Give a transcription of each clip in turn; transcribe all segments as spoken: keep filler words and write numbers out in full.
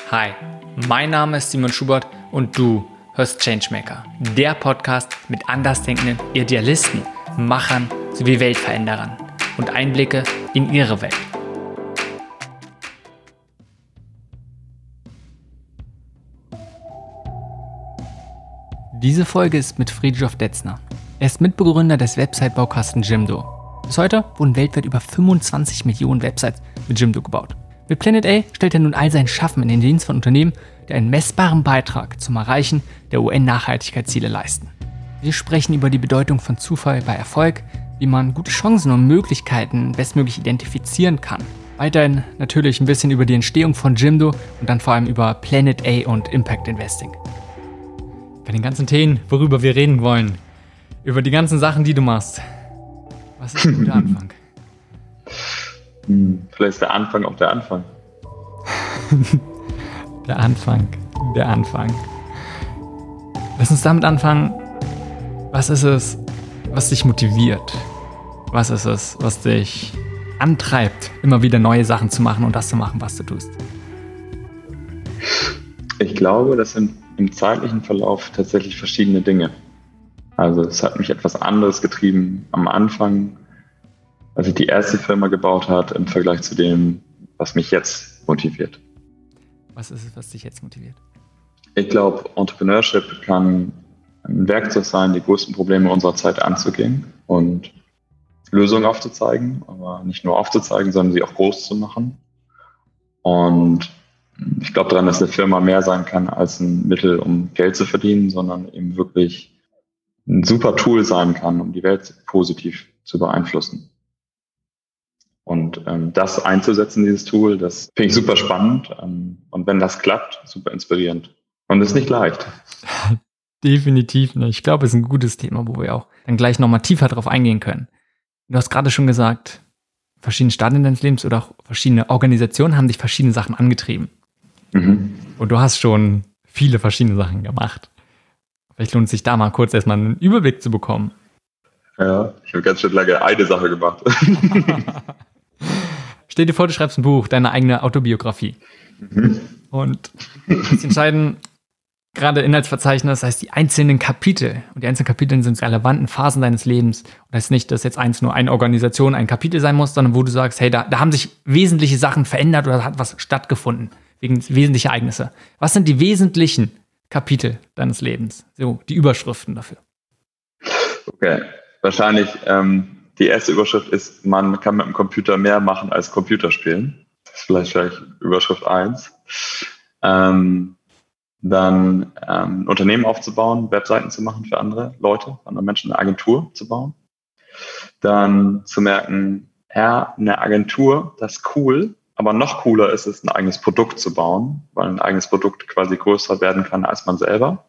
Hi, mein Name ist Simon Schubert und du hörst Changemaker, der Podcast mit andersdenkenden Idealisten, Machern sowie Weltveränderern und Einblicke in ihre Welt. Diese Folge ist mit Fridtjof Detzner. Er ist Mitbegründer des Website-Baukasten Jimdo. Bis heute wurden weltweit über fünfundzwanzig Millionen Websites mit Jimdo gebaut. Mit Planet A stellt er nun all sein Schaffen in den Dienst von Unternehmen, die einen messbaren Beitrag zum Erreichen der U N-Nachhaltigkeitsziele leisten. Wir sprechen über die Bedeutung von Zufall bei Erfolg, wie man gute Chancen und Möglichkeiten bestmöglich identifizieren kann. Weiterhin natürlich ein bisschen über die Entstehung von Jimdo und dann vor allem über Planet A und Impact Investing. Bei den ganzen Themen, worüber wir reden wollen, über die ganzen Sachen, die du machst. Was ist ein guter Anfang? Hm, vielleicht ist der Anfang auch der Anfang. der Anfang, der Anfang. Lass uns damit anfangen. Was ist es, was dich motiviert? Was ist es, was dich antreibt, immer wieder neue Sachen zu machen und das zu machen, was du tust? Ich glaube, das sind im zeitlichen Verlauf tatsächlich verschiedene Dinge. Also es hat mich etwas anderes getrieben am Anfang, als ich die erste Firma gebaut habe, im Vergleich zu dem, was mich jetzt motiviert. Was ist es, was dich jetzt motiviert? Ich glaube, Entrepreneurship kann ein Werkzeug sein, die größten Probleme unserer Zeit anzugehen und Lösungen aufzuzeigen, aber nicht nur aufzuzeigen, sondern sie auch groß zu machen. Und ich glaube daran, dass eine Firma mehr sein kann als ein Mittel, um Geld zu verdienen, sondern eben wirklich ein super Tool sein kann, um die Welt positiv zu beeinflussen. Und ähm, das einzusetzen, dieses Tool, das finde ich super spannend. Ähm, und wenn das klappt, super inspirierend. Und es ist nicht leicht. Definitiv nicht. Ich glaube, es ist ein gutes Thema, wo wir auch dann gleich nochmal tiefer drauf eingehen können. Du hast gerade schon gesagt, verschiedene Stadien deines Lebens oder auch verschiedene Organisationen haben dich verschiedene Sachen angetrieben. Mhm. Und du hast schon viele verschiedene Sachen gemacht. Vielleicht lohnt es sich da mal kurz erstmal einen Überblick zu bekommen. Ja, ich habe ganz schön lange eine Sache gemacht. Stell dir vor, du schreibst ein Buch, deine eigene Autobiografie. Mhm. Und du musst entscheiden, gerade Inhaltsverzeichnis, das heißt die einzelnen Kapitel. Und die einzelnen Kapitel sind relevanten Phasen deines Lebens. Und das heißt nicht, dass jetzt eins nur eine Organisation, ein Kapitel sein muss, sondern wo du sagst, hey, da, da haben sich wesentliche Sachen verändert oder hat was stattgefunden. Wegen wesentlicher Ereignisse. Was sind die wesentlichen Kapitel deines Lebens? So, die Überschriften dafür. Okay, wahrscheinlich ähm, die erste Überschrift ist, man kann mit dem Computer mehr machen als Computer spielen. Das ist vielleicht, vielleicht Überschrift eins. Ähm, dann ähm, ein Unternehmen aufzubauen, Webseiten zu machen für andere Leute, andere Menschen, eine Agentur zu bauen. Dann zu merken, ja, eine Agentur, das ist cool, aber noch cooler ist es, ein eigenes Produkt zu bauen, weil ein eigenes Produkt quasi größer werden kann als man selber.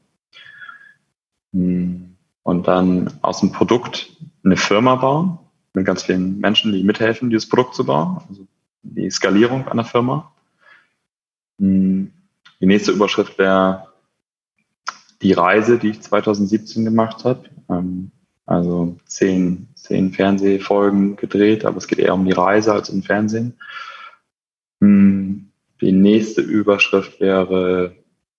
Und dann aus dem Produkt eine Firma bauen, mit ganz vielen Menschen, die mithelfen, dieses Produkt zu bauen, also die Skalierung einer Firma. Die nächste Überschrift wäre die Reise, die ich zwanzig siebzehn gemacht habe. Also zehn, zehn Fernsehfolgen gedreht, aber es geht eher um die Reise als um Fernsehen. Die nächste Überschrift wäre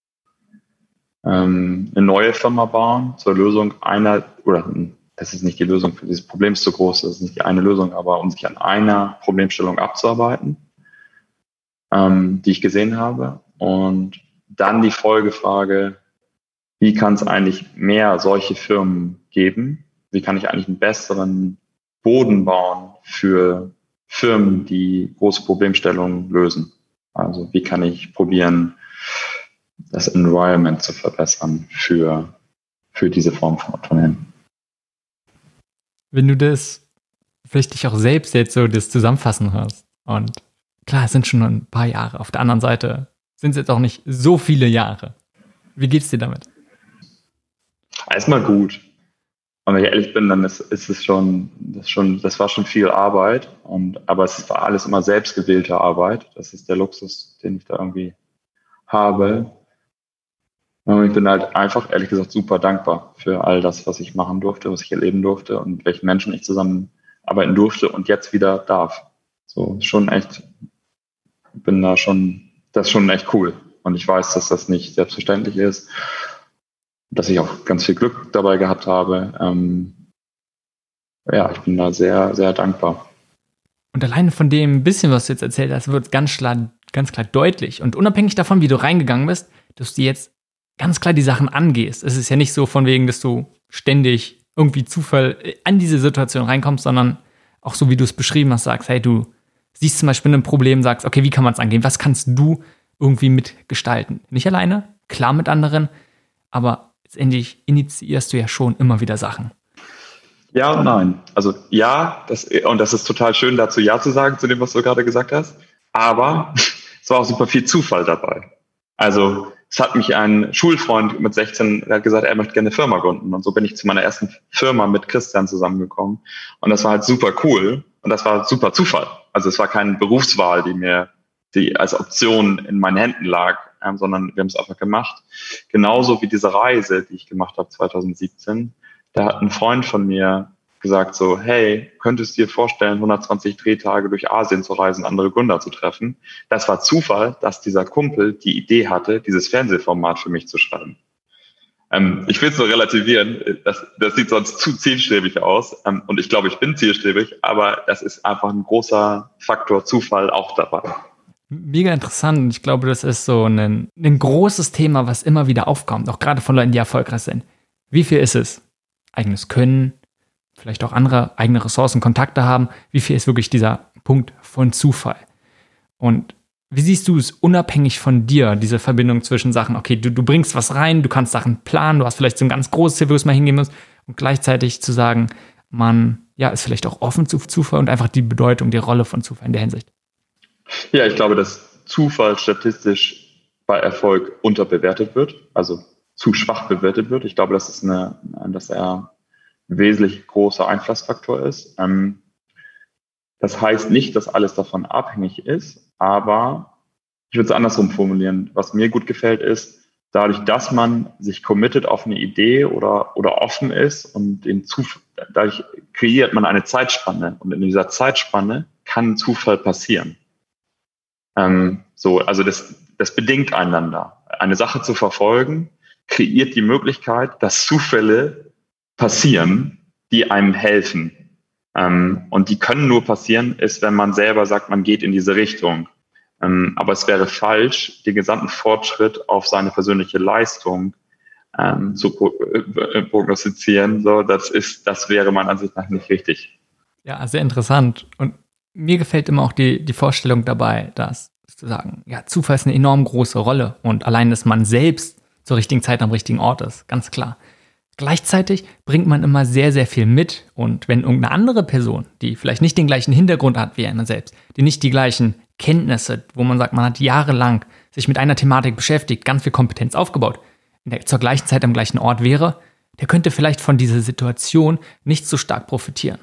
ähm, eine neue Firma bauen zur Lösung einer, oder das ist nicht die Lösung für dieses Problem, ist zu groß, das ist nicht die eine Lösung, aber um sich an einer Problemstellung abzuarbeiten, ähm, die ich gesehen habe. Und dann die Folgefrage, wie kann es eigentlich mehr solche Firmen geben? Wie kann ich eigentlich einen besseren Boden bauen für Firmen, die große Problemstellungen lösen? Also wie kann ich probieren, das Environment zu verbessern für, für diese Form von Unternehmen? Wenn du das vielleicht dich auch selbst jetzt so das zusammenfassen hörst, und klar, es sind schon ein paar Jahre, auf der anderen Seite sind es jetzt auch nicht so viele Jahre. Wie geht's dir damit? Erstmal gut. Und wenn ich ehrlich bin, dann ist, ist es schon, das schon, das war schon viel Arbeit. Und, aber es war alles immer selbstgewählte Arbeit. Das ist der Luxus, den ich da irgendwie habe. Und ich bin halt einfach, ehrlich gesagt, super dankbar für all das, was ich machen durfte, was ich erleben durfte und mit welchen Menschen ich zusammenarbeiten durfte und jetzt wieder darf. So, schon echt, bin da schon, das ist schon echt cool. Und ich weiß, dass das nicht selbstverständlich ist, dass ich auch ganz viel Glück dabei gehabt habe. Ähm, ja, ich bin da sehr, sehr dankbar. Und alleine von dem bisschen, was du jetzt erzählt hast, wird ganz klar, ganz klar deutlich. Und unabhängig davon, wie du reingegangen bist, dass du jetzt ganz klar die Sachen angehst. Es ist ja nicht so von wegen, dass du ständig irgendwie Zufall an diese Situation reinkommst, sondern auch so, wie du es beschrieben hast, sagst, hey, du siehst zum Beispiel ein Problem, sagst, okay, wie kann man es angehen? Was kannst du irgendwie mitgestalten? Nicht alleine, klar mit anderen, aber letztendlich initiierst du ja schon immer wieder Sachen. Ja und nein. Also ja, das, und das ist total schön, dazu Ja zu sagen, zu dem, was du gerade gesagt hast. Aber es war auch super viel Zufall dabei. Also es hat mich ein Schulfreund mit sechzehn, der hat gesagt, er möchte gerne eine Firma gründen. Und so bin ich zu meiner ersten Firma mit Christian zusammengekommen. Und das war halt super cool. Und das war super Zufall. Also es war keine Berufswahl, die mir die als Option in meinen Händen lag, ähm, sondern wir haben es einfach gemacht. Genauso wie diese Reise, die ich gemacht habe zwanzig siebzehn. Da hat ein Freund von mir gesagt so, hey, könntest du dir vorstellen, hundertzwanzig Drehtage durch Asien zu reisen, andere Gründer zu treffen? Das war Zufall, dass dieser Kumpel die Idee hatte, dieses Fernsehformat für mich zu schreiben. Ähm, ich will es nur relativieren, das, das sieht sonst zu zielstrebig aus ähm, und ich glaube, ich bin zielstrebig, aber das ist einfach ein großer Faktor Zufall auch dabei. Mega interessant und ich glaube, das ist so ein, ein großes Thema, was immer wieder aufkommt, auch gerade von Leuten, die erfolgreich sind. Wie viel ist es? Eigenes Können, vielleicht auch andere eigene Ressourcen, Kontakte haben. Wie viel ist wirklich dieser Punkt von Zufall? Und wie siehst du es unabhängig von dir, diese Verbindung zwischen Sachen, okay, du, du bringst was rein, du kannst Sachen planen, du hast vielleicht so ein ganz großes Ziel, wo es mal hingehen muss und gleichzeitig zu sagen, man ja, ist vielleicht auch offen zu Zufall und einfach die Bedeutung, die Rolle von Zufall in der Hinsicht. Ja, ich glaube, dass Zufall statistisch bei Erfolg unterbewertet wird, also zu schwach bewertet wird. Ich glaube, dass, es eine, dass er ein wesentlich großer Einflussfaktor ist. Ähm, das heißt nicht, dass alles davon abhängig ist, aber ich würde es andersrum formulieren. Was mir gut gefällt ist, dadurch, dass man sich committet auf eine Idee oder, oder offen ist und den Zuf- dadurch kreiert man eine Zeitspanne und in dieser Zeitspanne kann Zufall passieren. Ähm, so, also das, das bedingt einander. Eine Sache zu verfolgen, kreiert die Möglichkeit, dass Zufälle passieren, die einem helfen. Ähm, und die können nur passieren, ist, wenn man selber sagt, man geht in diese Richtung. Ähm, aber es wäre falsch, den gesamten Fortschritt auf seine persönliche Leistung ähm, zu pro- äh, prognostizieren. So, das ist, das wäre meiner Ansicht nach nicht richtig. Ja, sehr interessant. Und mir gefällt immer auch die, die Vorstellung dabei, dass zu sagen, ja, Zufall ist eine enorm große Rolle und allein, dass man selbst zur richtigen Zeit am richtigen Ort ist, ganz klar. Gleichzeitig bringt man immer sehr, sehr viel mit und wenn irgendeine andere Person, die vielleicht nicht den gleichen Hintergrund hat wie einer selbst, die nicht die gleichen Kenntnisse, wo man sagt, man hat jahrelang sich mit einer Thematik beschäftigt, ganz viel Kompetenz aufgebaut, der zur gleichen Zeit am gleichen Ort wäre, der könnte vielleicht von dieser Situation nicht so stark profitieren.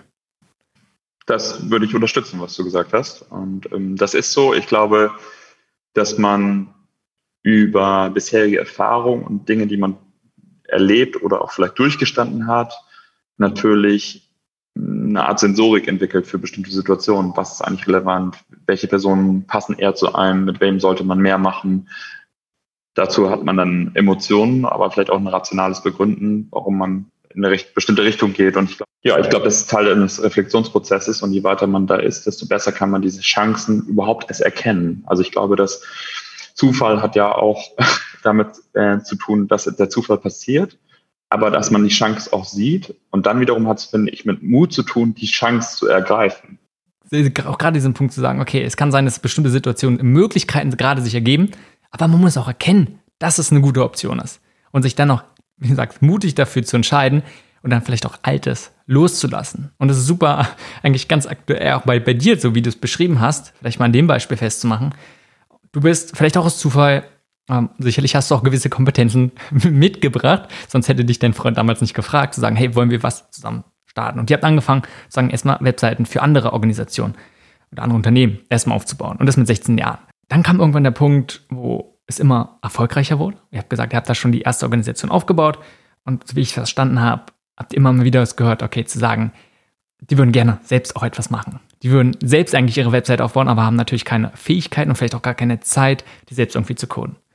Das würde ich unterstützen, was du gesagt hast. Und ähm, das ist so. Ich glaube, dass man über bisherige Erfahrungen und Dinge, die man erlebt oder auch vielleicht durchgestanden hat, natürlich eine Art Sensorik entwickelt für bestimmte Situationen. Was ist eigentlich relevant? Welche Personen passen eher zu einem? Mit wem sollte man mehr machen? Dazu hat man dann Emotionen, aber vielleicht auch ein rationales Begründen, warum man in eine recht, bestimmte Richtung geht. Und ich glaube, ja, ich glaube, das ist Teil eines Reflexionsprozesses und je weiter man da ist, desto besser kann man diese Chancen überhaupt erst erkennen. Also ich glaube, dass Zufall hat ja auch damit äh, zu tun, dass der Zufall passiert, aber dass man die Chance auch sieht und dann wiederum hat es, finde ich, mit Mut zu tun, die Chance zu ergreifen. Auch gerade diesen Punkt zu sagen, okay, es kann sein, dass bestimmte Situationen, Möglichkeiten gerade sich ergeben, aber man muss auch erkennen, dass es eine gute Option ist und sich dann auch, wie gesagt, mutig dafür zu entscheiden und dann vielleicht auch Altes loszulassen. Und das ist super, eigentlich ganz aktuell auch bei, bei dir, so wie du es beschrieben hast, vielleicht mal an dem Beispiel festzumachen. Du bist vielleicht auch aus Zufall, ähm, sicherlich hast du auch gewisse Kompetenzen mitgebracht, sonst hätte dich dein Freund damals nicht gefragt, zu sagen, hey, wollen wir was zusammen starten? Und ihr habt angefangen, zu sagen, erstmal Webseiten für andere Organisationen oder andere Unternehmen erstmal aufzubauen. Und das mit sechzehn Jahren. Dann kam irgendwann der Punkt, wo es immer erfolgreicher wurde. Ihr habt gesagt, ihr habt da schon die erste Organisation aufgebaut. Und so wie ich verstanden habe, habt ihr immer mal wieder das gehört, okay, zu sagen, die würden gerne selbst auch etwas machen. Die würden selbst eigentlich ihre Website aufbauen, aber haben natürlich keine Fähigkeiten und vielleicht auch gar keine Zeit, die selbst irgendwie zu coden.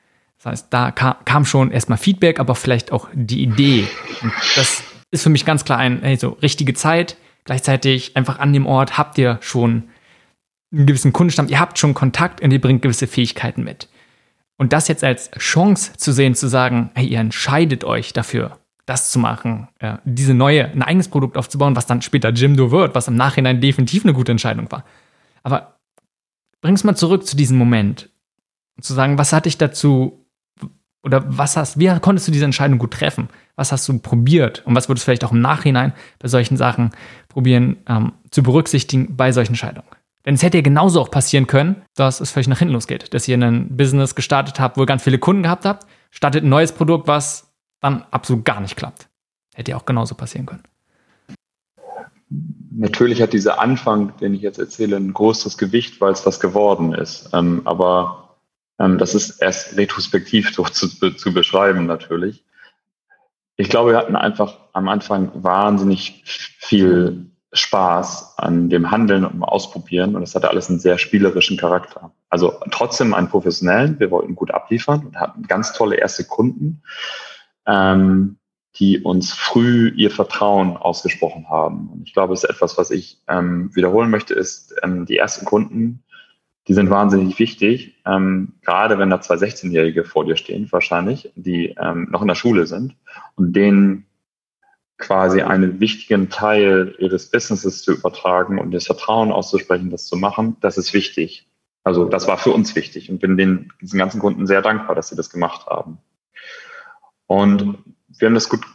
Das heißt, da kam, kam schon erstmal Feedback, aber vielleicht auch die Idee. Und das ist für mich ganz klar ein, hey, so richtige Zeit. Gleichzeitig einfach an dem Ort habt ihr schon einen gewissen Kundenstamm, ihr habt schon Kontakt und ihr bringt gewisse Fähigkeiten mit. Und das jetzt als Chance zu sehen, zu sagen, hey, ihr entscheidet euch dafür, das zu machen, äh, diese neue, ein eigenes Produkt aufzubauen, was dann später Jimdo wird, was im Nachhinein definitiv eine gute Entscheidung war. Aber bring's mal zurück zu diesem Moment. Zu sagen, was hat dich dazu, oder was hast, wie konntest du diese Entscheidung gut treffen? Was hast du probiert? Und was würdest du vielleicht auch im Nachhinein bei solchen Sachen probieren, ähm, zu berücksichtigen bei solchen Entscheidungen? Denn es hätte ja genauso auch passieren können, dass es völlig nach hinten losgeht. Dass ihr ein Business gestartet habt, wo ihr ganz viele Kunden gehabt habt, startet ein neues Produkt, was dann absolut gar nicht klappt. Hätte ja auch genauso passieren können. Natürlich hat dieser Anfang, den ich jetzt erzähle, ein großes Gewicht, weil es was geworden ist. Ähm, aber ähm, das ist erst retrospektiv so zu, zu beschreiben natürlich. Ich glaube, wir hatten einfach am Anfang wahnsinnig viel Spaß an dem Handeln und dem Ausprobieren, und das hatte alles einen sehr spielerischen Charakter. Also trotzdem einen professionellen, wir wollten gut abliefern und hatten ganz tolle erste Kunden, ähm, die uns früh ihr Vertrauen ausgesprochen haben. Und ich glaube, es ist etwas, was ich ähm, wiederholen möchte, ist, ähm, die ersten Kunden, die sind wahnsinnig wichtig, ähm, gerade wenn da zwei sechzehnjährige vor dir stehen, wahrscheinlich, die ähm, noch in der Schule sind und denen quasi einen wichtigen Teil ihres Businesses zu übertragen und das Vertrauen auszusprechen, das zu machen, das ist wichtig. Also das war für uns wichtig und bin den, diesen ganzen Kunden sehr dankbar, dass sie das gemacht haben. Und wir haben das gut,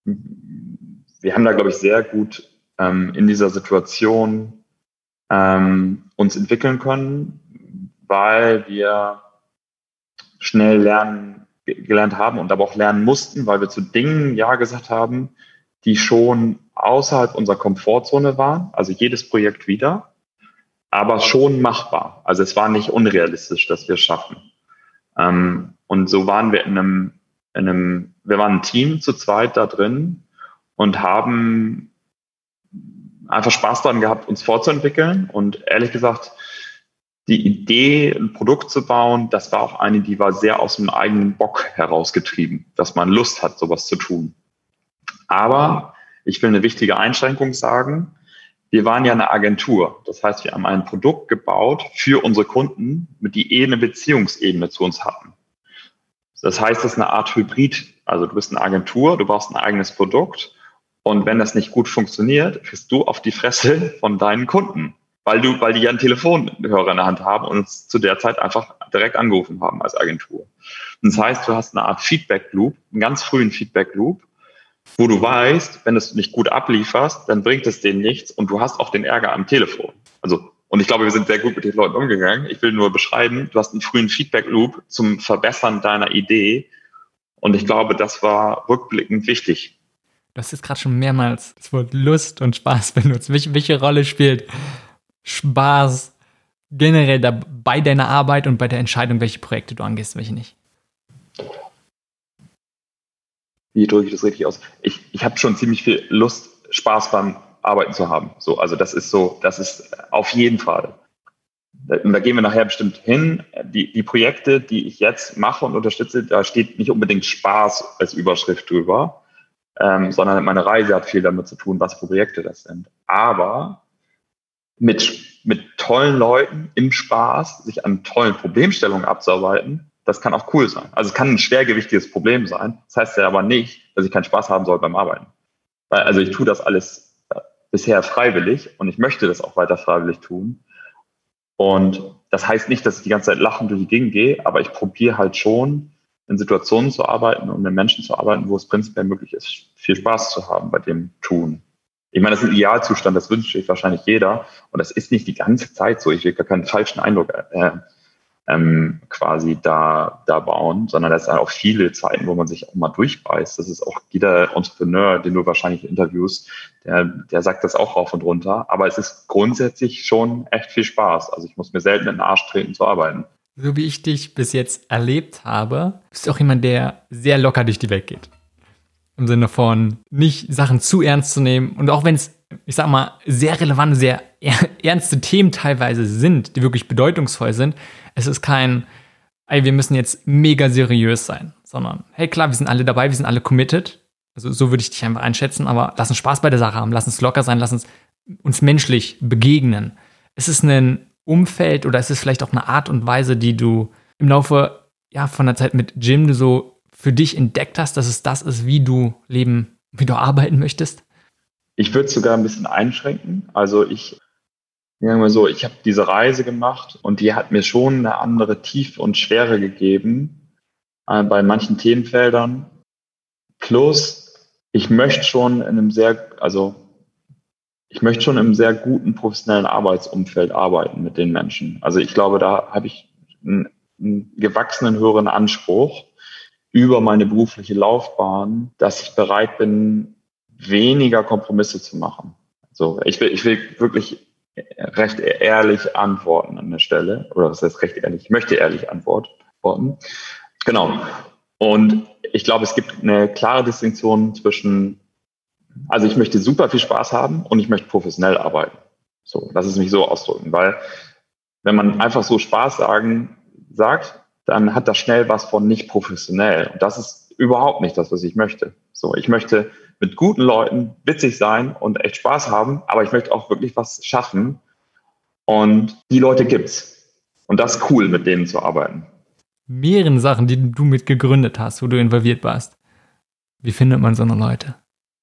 wir haben da, glaube ich, sehr gut ähm, in dieser Situation ähm, uns entwickeln können, weil wir schnell lernen, gelernt haben und aber auch lernen mussten, weil wir zu Dingen Ja gesagt haben, die schon außerhalb unserer Komfortzone waren, also jedes Projekt wieder, aber schon machbar. Also es war nicht unrealistisch, dass wir es schaffen. Ähm, und so waren wir in einem, in einem, wir waren ein Team zu zweit da drin und haben einfach Spaß daran gehabt, uns fortzuentwickeln. Und ehrlich gesagt, die Idee, ein Produkt zu bauen, das war auch eine, die war sehr aus dem eigenen Bock herausgetrieben, dass man Lust hat, sowas zu tun. Aber ich will eine wichtige Einschränkung sagen. Wir waren ja eine Agentur. Das heißt, wir haben ein Produkt gebaut für unsere Kunden, mit die eh eine Beziehungsebene zu uns hatten. Das heißt, es ist eine Art Hybrid. Also du bist eine Agentur, du brauchst ein eigenes Produkt. Und wenn das nicht gut funktioniert, kriegst du auf die Fresse von deinen Kunden, weil du, weil die ja einen Telefonhörer in der Hand haben und uns zu der Zeit einfach direkt angerufen haben als Agentur. Und das heißt, du hast eine Art Feedback-Loop, einen ganz frühen Feedback-Loop, wo du weißt, wenn du es nicht gut ablieferst, dann bringt es denen nichts und du hast auch den Ärger am Telefon. Also, und ich glaube, wir sind sehr gut mit den Leuten umgegangen. Ich will nur beschreiben, du hast einen frühen Feedback-Loop zum Verbessern deiner Idee und ich glaube, das war rückblickend wichtig. Du hast jetzt gerade schon mehrmals das Wort Lust und Spaß benutzt. Welche, welche Rolle spielt Spaß generell da bei deiner Arbeit und bei der Entscheidung, welche Projekte du angehst, welche nicht? Wie drücke ich das richtig aus? Ich, ich habe schon ziemlich viel Lust, Spaß beim Arbeiten zu haben. So, also das ist so, das ist auf jeden Fall. Da, da gehen wir nachher bestimmt hin. Die, die Projekte, die ich jetzt mache und unterstütze, da steht nicht unbedingt Spaß als Überschrift drüber, ähm, sondern meine Reise hat viel damit zu tun, was für Projekte das sind. Aber mit, mit tollen Leuten im Spaß, sich an tollen Problemstellungen abzuarbeiten, das kann auch cool sein. Also es kann ein schwergewichtiges Problem sein. Das heißt ja aber nicht, dass ich keinen Spaß haben soll beim Arbeiten. Weil, also ich tue das alles äh, bisher freiwillig und ich möchte das auch weiter freiwillig tun. Und das heißt nicht, dass ich die ganze Zeit lachend durch die Gegend gehe, aber ich probiere halt schon, in Situationen zu arbeiten und mit Menschen zu arbeiten, wo es prinzipiell möglich ist, viel Spaß zu haben bei dem Tun. Ich meine, das ist ein Idealzustand, das wünscht sich wahrscheinlich jeder. Und das ist nicht die ganze Zeit so. Ich will gar keinen falschen Eindruck äh, ähm, quasi da, da bauen, sondern das sind auch viele Zeiten, wo man sich auch mal durchbeißt. Das ist auch jeder Entrepreneur, den du wahrscheinlich interviewst, der, der sagt das auch rauf und runter. Aber es ist grundsätzlich schon echt viel Spaß. Also ich muss mir selten in den Arsch treten zu arbeiten. So wie ich dich bis jetzt erlebt habe, bist du auch jemand, der sehr locker durch die Welt geht. Im Sinne von nicht Sachen zu ernst zu nehmen. Und auch wenn es, ich sag mal, sehr relevante, sehr ernste Themen teilweise sind, die wirklich bedeutungsvoll sind, es ist kein ey, wir müssen jetzt mega seriös sein, sondern, hey, klar, wir sind alle dabei, wir sind alle committed. Also so würde ich dich einfach einschätzen, aber lass uns Spaß bei der Sache haben, lass uns locker sein, lass uns uns menschlich begegnen. Ist es ein Umfeld oder ist es vielleicht auch eine Art und Weise, die du im Laufe ja, von der Zeit mit Jim so für dich entdeckt hast, dass es das ist, wie du leben, wie du arbeiten möchtest? Ich würde es sogar ein bisschen einschränken. Also ich, sagen wir so, ich habe diese Reise gemacht und die hat mir schon eine andere Tiefe und Schwere gegeben äh, bei manchen Themenfeldern. Plus, ich möchte schon in einem sehr, also ich möchte schon in einem sehr guten professionellen Arbeitsumfeld arbeiten mit den Menschen. Also ich glaube, da habe ich einen, einen gewachsenen höheren Anspruch über meine berufliche Laufbahn, dass ich bereit bin, weniger Kompromisse zu machen. So, ich will, ich will wirklich recht ehrlich antworten an der Stelle. Oder was heißt recht ehrlich? Ich möchte ehrlich antworten. Genau. Und ich glaube, es gibt eine klare Distinktion zwischen, also ich möchte super viel Spaß haben und ich möchte professionell arbeiten. So, lass es mich so ausdrücken, weil wenn man einfach so Spaß sagen sagt, dann hat das schnell was von nicht professionell. Und das ist überhaupt nicht das, was ich möchte. So, ich möchte mit guten Leuten witzig sein und echt Spaß haben, aber ich möchte auch wirklich was schaffen. Und die Leute gibt's. Und das ist cool, mit denen zu arbeiten. Mehreren Sachen, die du mit gegründet hast, wo du involviert warst. Wie findet man so eine Leute?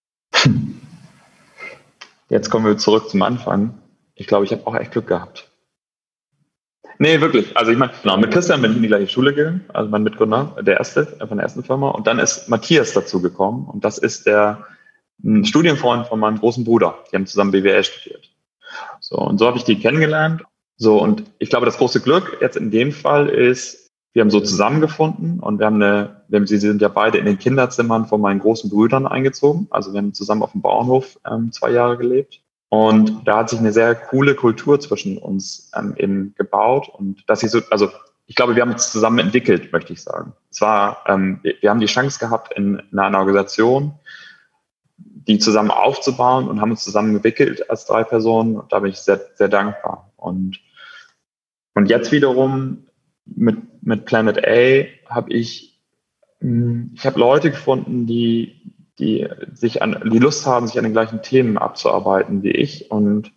Jetzt kommen wir zurück zum Anfang. Ich glaube, ich habe auch echt Glück gehabt. Nee, wirklich. Also ich meine, genau, mit Christian bin ich in die gleiche Schule gegangen, also mein Mitgründer, der erste von der ersten Firma. Und dann ist Matthias dazu gekommen. Und das ist der ein Studienfreund von meinem großen Bruder. Die haben zusammen B W L studiert. So, und so habe ich die kennengelernt. So, und ich glaube, das große Glück jetzt in dem Fall ist, wir haben so zusammengefunden und wir haben eine, wir haben, sie sind ja beide in den Kinderzimmern von meinen großen Brüdern eingezogen. Also wir haben zusammen auf dem Bauernhof ähm, zwei Jahre gelebt. Und da hat sich eine sehr coole Kultur zwischen uns ähm, eben gebaut. Und dass ich so, also ich glaube, wir haben uns zusammen entwickelt, möchte ich sagen. Es war, ähm, wir, wir haben die Chance gehabt, in, in einer Organisation, die zusammen aufzubauen und haben uns zusammen entwickelt als drei Personen. Und da bin ich sehr, sehr dankbar. Und, und jetzt wiederum mit, mit Planet A habe ich, ich habe Leute gefunden, die, die sich an, die Lust haben, sich an den gleichen Themen abzuarbeiten wie ich und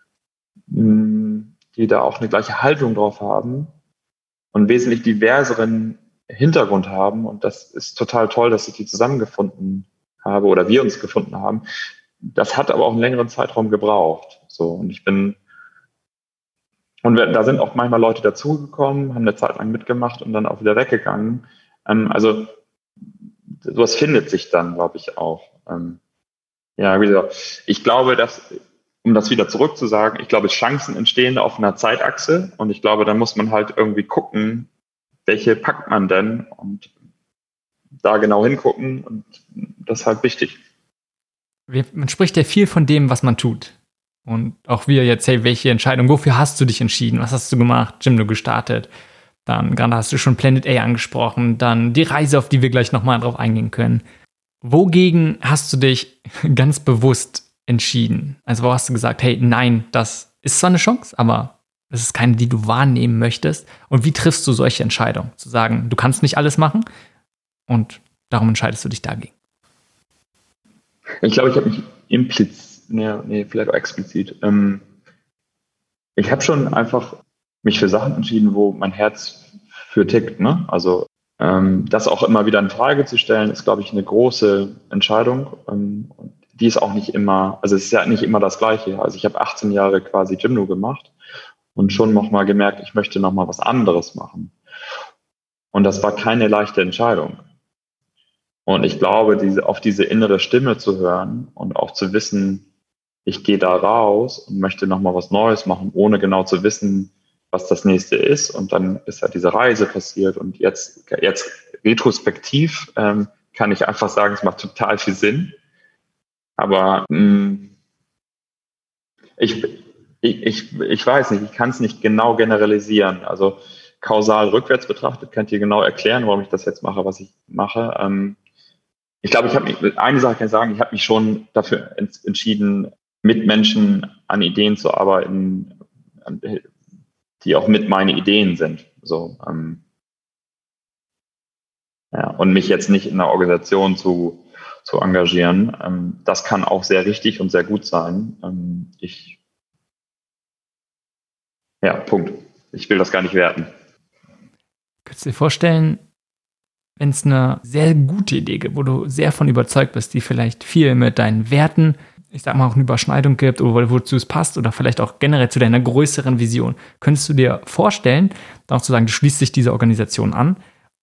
die da auch eine gleiche Haltung drauf haben und wesentlich diverseren Hintergrund haben. Und das ist total toll, dass ich die zusammengefunden habe oder wir uns gefunden haben. Das hat aber auch einen längeren Zeitraum gebraucht. So, und ich bin, und wir, da sind auch manchmal Leute dazugekommen, haben eine Zeit lang mitgemacht und dann auch wieder weggegangen. Ähm, also sowas findet sich dann, glaube ich, auch. Ähm, ja, wie gesagt, ich glaube, dass, um das wieder zurückzusagen, ich glaube, Chancen entstehen auf einer Zeitachse und ich glaube, da muss man halt irgendwie gucken, welche packt man denn und da genau hingucken und das ist halt wichtig. Man spricht ja viel von dem, was man tut. Und auch wir jetzt, hey, welche Entscheidung, wofür hast du dich entschieden? Was hast du gemacht? Jimdo gestartet. Dann gerade hast du schon Planet A angesprochen. Dann die Reise, auf die wir gleich nochmal drauf eingehen können. Wogegen hast du dich ganz bewusst entschieden? Also wo hast du gesagt, hey, nein, das ist zwar eine Chance, aber das ist keine, die du wahrnehmen möchtest. Und wie triffst du solche Entscheidungen? Zu sagen, du kannst nicht alles machen und darum entscheidest du dich dagegen. Ich glaube, ich habe mich implizit, nee, nee, vielleicht auch explizit. Ähm, ich habe schon einfach mich für Sachen entschieden, wo mein Herz für tickt. Ne? Also ähm, das auch immer wieder in Frage zu stellen, ist, glaube ich, eine große Entscheidung. Ähm, und die ist auch nicht immer, also es ist ja nicht immer das Gleiche. Also ich habe achtzehn Jahre quasi Jimdo gemacht und schon nochmal gemerkt, ich möchte nochmal was anderes machen. Und das war keine leichte Entscheidung. Und ich glaube, diese, auf diese innere Stimme zu hören und auch zu wissen, ich gehe da raus und möchte nochmal was Neues machen, ohne genau zu wissen, was das nächste ist. Und dann ist halt diese Reise passiert. Und jetzt, jetzt retrospektiv ähm, kann ich einfach sagen, es macht total viel Sinn. Aber mh, ich, ich, ich, ich weiß nicht, ich kann es nicht genau generalisieren. Also kausal rückwärts betrachtet, könnt ihr genau erklären, warum ich das jetzt mache, was ich mache. Ähm, ich glaube, ich habe mich, eine Sache kann ich sagen, ich habe mich schon dafür entschieden, mit Menschen an Ideen zu arbeiten, die auch mit meine Ideen sind. So, ähm, Ja, und mich jetzt nicht in einer Organisation zu, zu engagieren. Ähm, das kann auch sehr richtig und sehr gut sein. Ähm, ich, ja, Punkt. Ich will das gar nicht werten. Könntest du dir vorstellen, wenn es eine sehr gute Idee gibt, wo du sehr von überzeugt bist, die vielleicht viel mit deinen Werten, ich sag mal auch eine Überschneidung gibt oder wozu es passt oder vielleicht auch generell zu deiner größeren Vision, könntest du dir vorstellen, dann auch zu sagen, du schließt dich dieser Organisation an?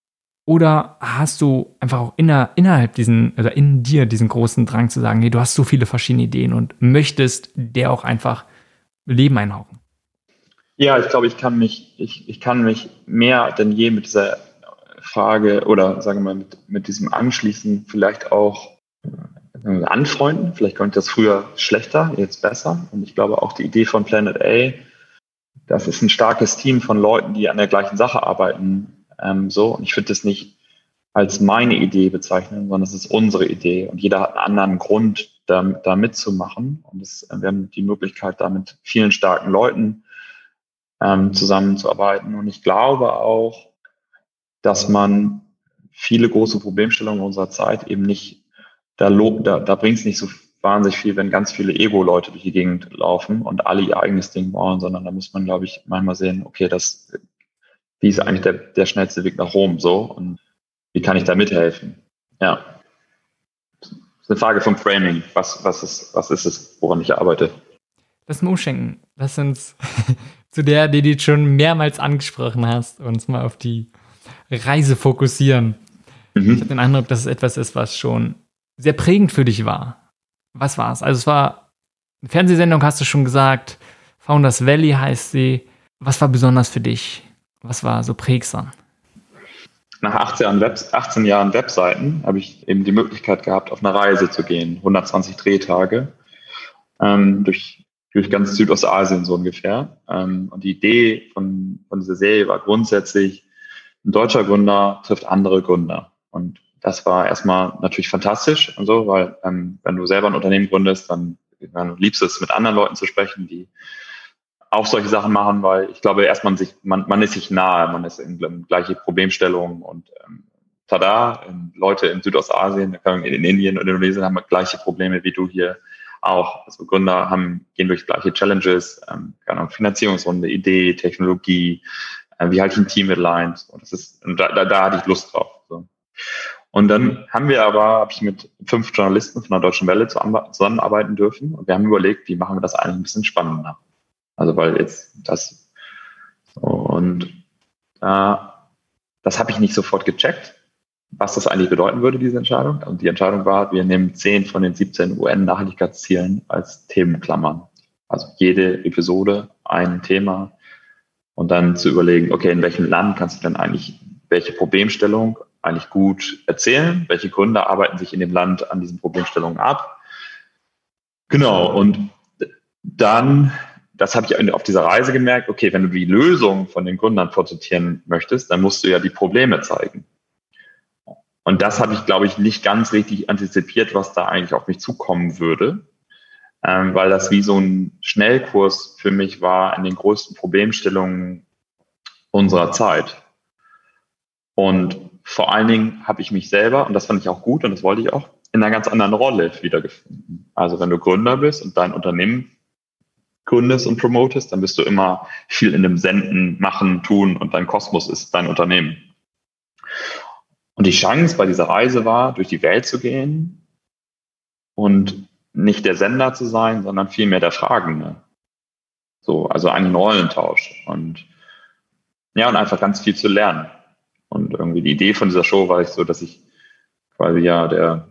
Oder hast du einfach auch inner, innerhalb diesen, oder in dir diesen großen Drang zu sagen, nee, du hast so viele verschiedene Ideen und möchtest der auch einfach Leben einhauchen? Ja, ich glaube, ich kann mich, ich, ich kann mich mehr denn je mit dieser Frage oder sagen wir mal mit, mit diesem Anschließen vielleicht auch äh, anfreunden. Vielleicht konnte ich das früher schlechter, jetzt besser. Und ich glaube auch die Idee von Planet A, das ist ein starkes Team von Leuten, die an der gleichen Sache arbeiten. Ähm, so. Und ich würde das nicht als meine Idee bezeichnen, sondern es ist unsere Idee. Und jeder hat einen anderen Grund, da, da mitzumachen. Und das, wir haben die Möglichkeit, da mit vielen starken Leuten ähm, zusammenzuarbeiten. Und ich glaube auch, dass man viele große Problemstellungen unserer Zeit eben nicht, da, da, da bringt es nicht so wahnsinnig viel, wenn ganz viele Ego-Leute durch die Gegend laufen und alle ihr eigenes Ding bauen, sondern da muss man, glaube ich, manchmal sehen, okay, das, wie ist eigentlich der, der schnellste Weg nach Rom so und wie kann ich da mithelfen? Ja. Das ist eine Frage vom Framing. Was, was, ist, was ist es, woran ich arbeite? Lass mal umschenken. Lass uns zu der, die du schon mehrmals angesprochen hast, uns mal auf die Reise fokussieren. Mhm. Ich habe den Eindruck, dass es etwas ist, was schon sehr prägend für dich war. Was war es? Also es war eine Fernsehsendung, hast du schon gesagt. Founders Valley heißt sie. Was war besonders für dich? Was war so prägsam? Nach achtzehn Jahren, Web, achtzehn Jahren Webseiten habe ich eben die Möglichkeit gehabt, auf eine Reise zu gehen. hundertzwanzig Drehtage ähm, durch, durch ganz Südostasien so ungefähr. Ähm, und die Idee von, von dieser Serie war grundsätzlich, ein deutscher Gründer trifft andere Gründer. Und das war erstmal natürlich fantastisch und so, weil ähm, wenn du selber ein Unternehmen gründest, dann, dann liebst du es, mit anderen Leuten zu sprechen, die auch solche Sachen machen, weil ich glaube, erst man sich, man, man ist sich nahe, man ist in, in gleiche Problemstellungen und ähm, tada, ähm, Leute in Südostasien, in Indien und Indonesien haben gleiche Probleme wie du hier auch. Also Gründer haben, gehen durch gleiche Challenges, ähm, keine Ahnung, Finanzierungsrunde, Idee, Technologie, äh, wie halte ich ein Team mit Lines. Und das ist, und da, da, da hatte ich Lust drauf. So. Und dann haben wir aber, habe ich mit fünf Journalisten von der Deutschen Welle zusammenarbeiten dürfen und wir haben überlegt, wie machen wir das eigentlich ein bisschen spannender. Also weil jetzt das und äh, das habe ich nicht sofort gecheckt, was das eigentlich bedeuten würde, diese Entscheidung. Und die Entscheidung war, wir nehmen zehn von den siebzehn U N-Nachhaltigkeitszielen als Themenklammern. Also jede Episode ein Thema und dann zu überlegen, okay, in welchem Land kannst du denn eigentlich welche Problemstellung eigentlich gut erzählen? Welche Gründer arbeiten sich in dem Land an diesen Problemstellungen ab? Genau, und dann das habe ich auf dieser Reise gemerkt, okay, wenn du die Lösung von den Gründern porträtieren möchtest, dann musst du ja die Probleme zeigen. Und das habe ich, glaube ich, nicht ganz richtig antizipiert, was da eigentlich auf mich zukommen würde, ähm, weil das wie so ein Schnellkurs für mich war an den größten Problemstellungen unserer Zeit. Und vor allen Dingen habe ich mich selber, und das fand ich auch gut und das wollte ich auch, in einer ganz anderen Rolle wiedergefunden. Also wenn du Gründer bist und dein Unternehmen gründest und promotest, dann bist du immer viel in dem Senden, Machen, Tun und dein Kosmos ist dein Unternehmen. Und die Chance bei dieser Reise war, durch die Welt zu gehen und nicht der Sender zu sein, sondern vielmehr der Fragende. So, also einen Rollentausch und ja, und einfach ganz viel zu lernen. Und irgendwie die Idee von dieser Show war ich so, dass ich quasi ja der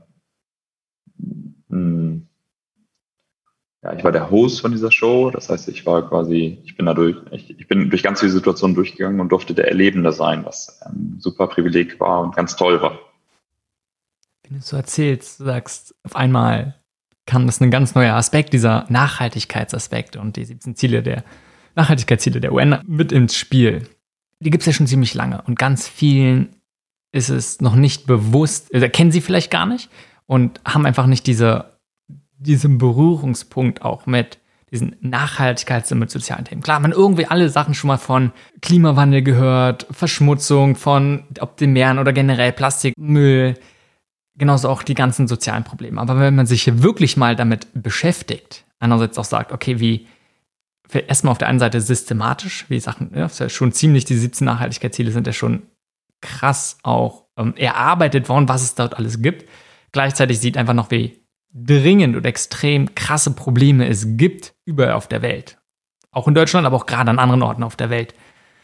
mh, Ja, ich war der Host von dieser Show, das heißt, ich war quasi, ich bin dadurch, ich, ich bin durch ganz viele Situationen durchgegangen und durfte der Erlebende sein, was ein super Privileg war und ganz toll war. Wenn du so erzählst, du sagst, auf einmal kam das ein ganz neuer Aspekt, dieser Nachhaltigkeitsaspekt und die siebzehn Ziele der Nachhaltigkeitsziele der U N mit ins Spiel. Die gibt es ja schon ziemlich lange und ganz vielen ist es noch nicht bewusst, also kennen sie vielleicht gar nicht und haben einfach nicht diese diesen Berührungspunkt auch mit diesen Nachhaltigkeits- und mit sozialen Themen. Klar, man irgendwie alle Sachen schon mal von Klimawandel gehört, Verschmutzung von, ob den Meeren oder generell Plastikmüll, genauso auch die ganzen sozialen Probleme. Aber wenn man sich hier wirklich mal damit beschäftigt, einerseits auch sagt, okay, wie erstmal auf der einen Seite systematisch, wie Sachen, ja, ist ja schon ziemlich, die siebzehn Nachhaltigkeitsziele sind ja schon krass auch ähm, erarbeitet worden, was es dort alles gibt. Gleichzeitig sieht einfach noch, wie dringend und extrem krasse Probleme es gibt überall auf der Welt. Auch in Deutschland, aber auch gerade an anderen Orten auf der Welt.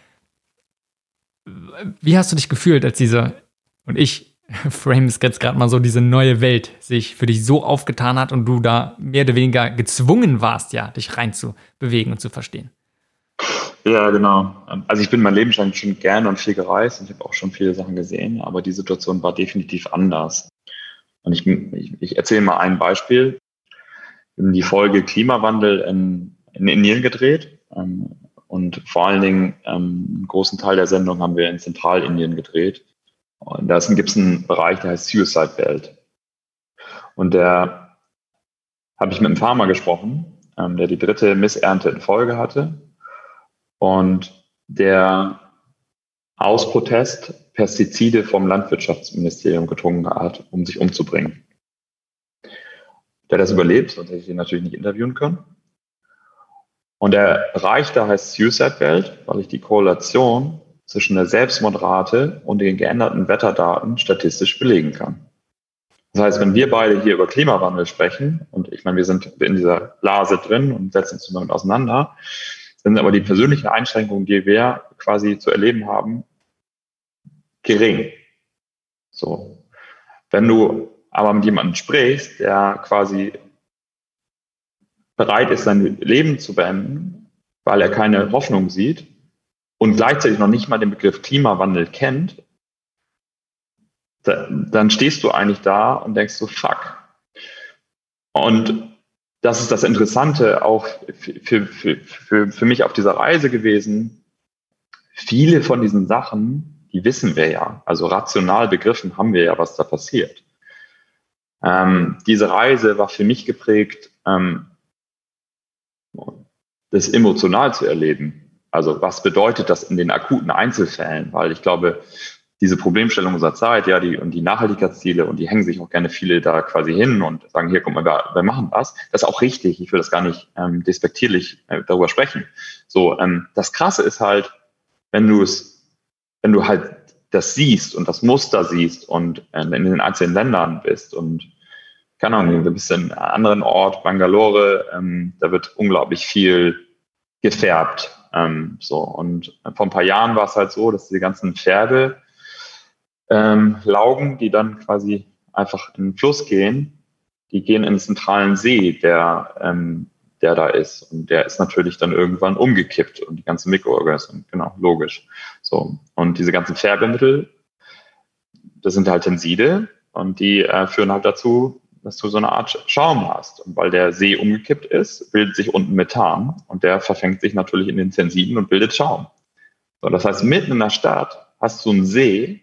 Wie hast du dich gefühlt, als diese, und ich frame es jetzt gerade mal so, diese neue Welt sich für dich so aufgetan hat und du da mehr oder weniger gezwungen warst, ja, dich rein zu bewegen und zu verstehen? Ja, genau. Also ich bin mein Leben schon, schon gerne und viel gereist und ich habe auch schon viele Sachen gesehen, aber die Situation war definitiv anders. Und ich, ich, ich erzähle mal ein Beispiel. Wir haben die Folge Klimawandel in, in Indien gedreht ähm, und vor allen Dingen ähm, einen großen Teil der Sendung haben wir in Zentralindien gedreht. Und da gibt es einen Bereich, der heißt Suicide Belt. Und da habe ich mit einem Farmer gesprochen, ähm, der die dritte Missernte in Folge hatte und der aus Protest Pestizide vom Landwirtschaftsministerium getrunken hat, um sich umzubringen. Der hat das überlebt, sonst hätte ich ihn natürlich nicht interviewen können. Und der Bereich da heißt Suicide Belt, weil ich die Korrelation zwischen der Selbstmordrate und den geänderten Wetterdaten statistisch belegen kann. Das heißt, wenn wir beide hier über Klimawandel sprechen, und ich meine, wir sind in dieser Blase drin und setzen uns damit auseinander, sind aber die persönlichen Einschränkungen, die wir quasi zu erleben haben, gering. So. Wenn du aber mit jemandem sprichst, der quasi bereit ist, sein Leben zu beenden, weil er keine Hoffnung sieht und gleichzeitig noch nicht mal den Begriff Klimawandel kennt, da, dann stehst du eigentlich da und denkst so, fuck. Und das ist das Interessante auch für, für, für, für mich auf dieser Reise gewesen. Viele von diesen Sachen, die wissen wir ja, also rational begriffen haben wir ja, was da passiert. Ähm, diese Reise war für mich geprägt, ähm, das emotional zu erleben. Also was bedeutet das in den akuten Einzelfällen? Weil ich glaube, diese Problemstellung unserer Zeit, ja, die und die Nachhaltigkeitsziele, und die hängen sich auch gerne viele da quasi hin und sagen, hier, guck mal, wir, wir machen was. Das ist auch richtig. Ich will das gar nicht ähm, despektierlich äh, darüber sprechen. So, ähm, das Krasse ist halt, wenn du es, wenn du halt das siehst und das Muster siehst und äh, in den einzelnen Ländern bist und keine Ahnung, du bist in einem anderen Ort, Bangalore, ähm, da wird unglaublich viel gefärbt. Ähm, so. Und vor ein paar Jahren war es halt so, dass die ganzen Färbe ähm, Laugen, die dann quasi einfach in den Fluss gehen, die gehen in den zentralen See, der, ähm, der da ist. Und der ist natürlich dann irgendwann umgekippt und die ganzen Mikroorganismen, genau, logisch. So. Und diese ganzen Färbemittel, das sind halt Tenside und die äh, führen halt dazu, dass du so eine Art Schaum hast. Und weil der See umgekippt ist, bildet sich unten Methan und der verfängt sich natürlich in den Tensiden und bildet Schaum. So, das heißt, mitten in der Stadt hast du einen See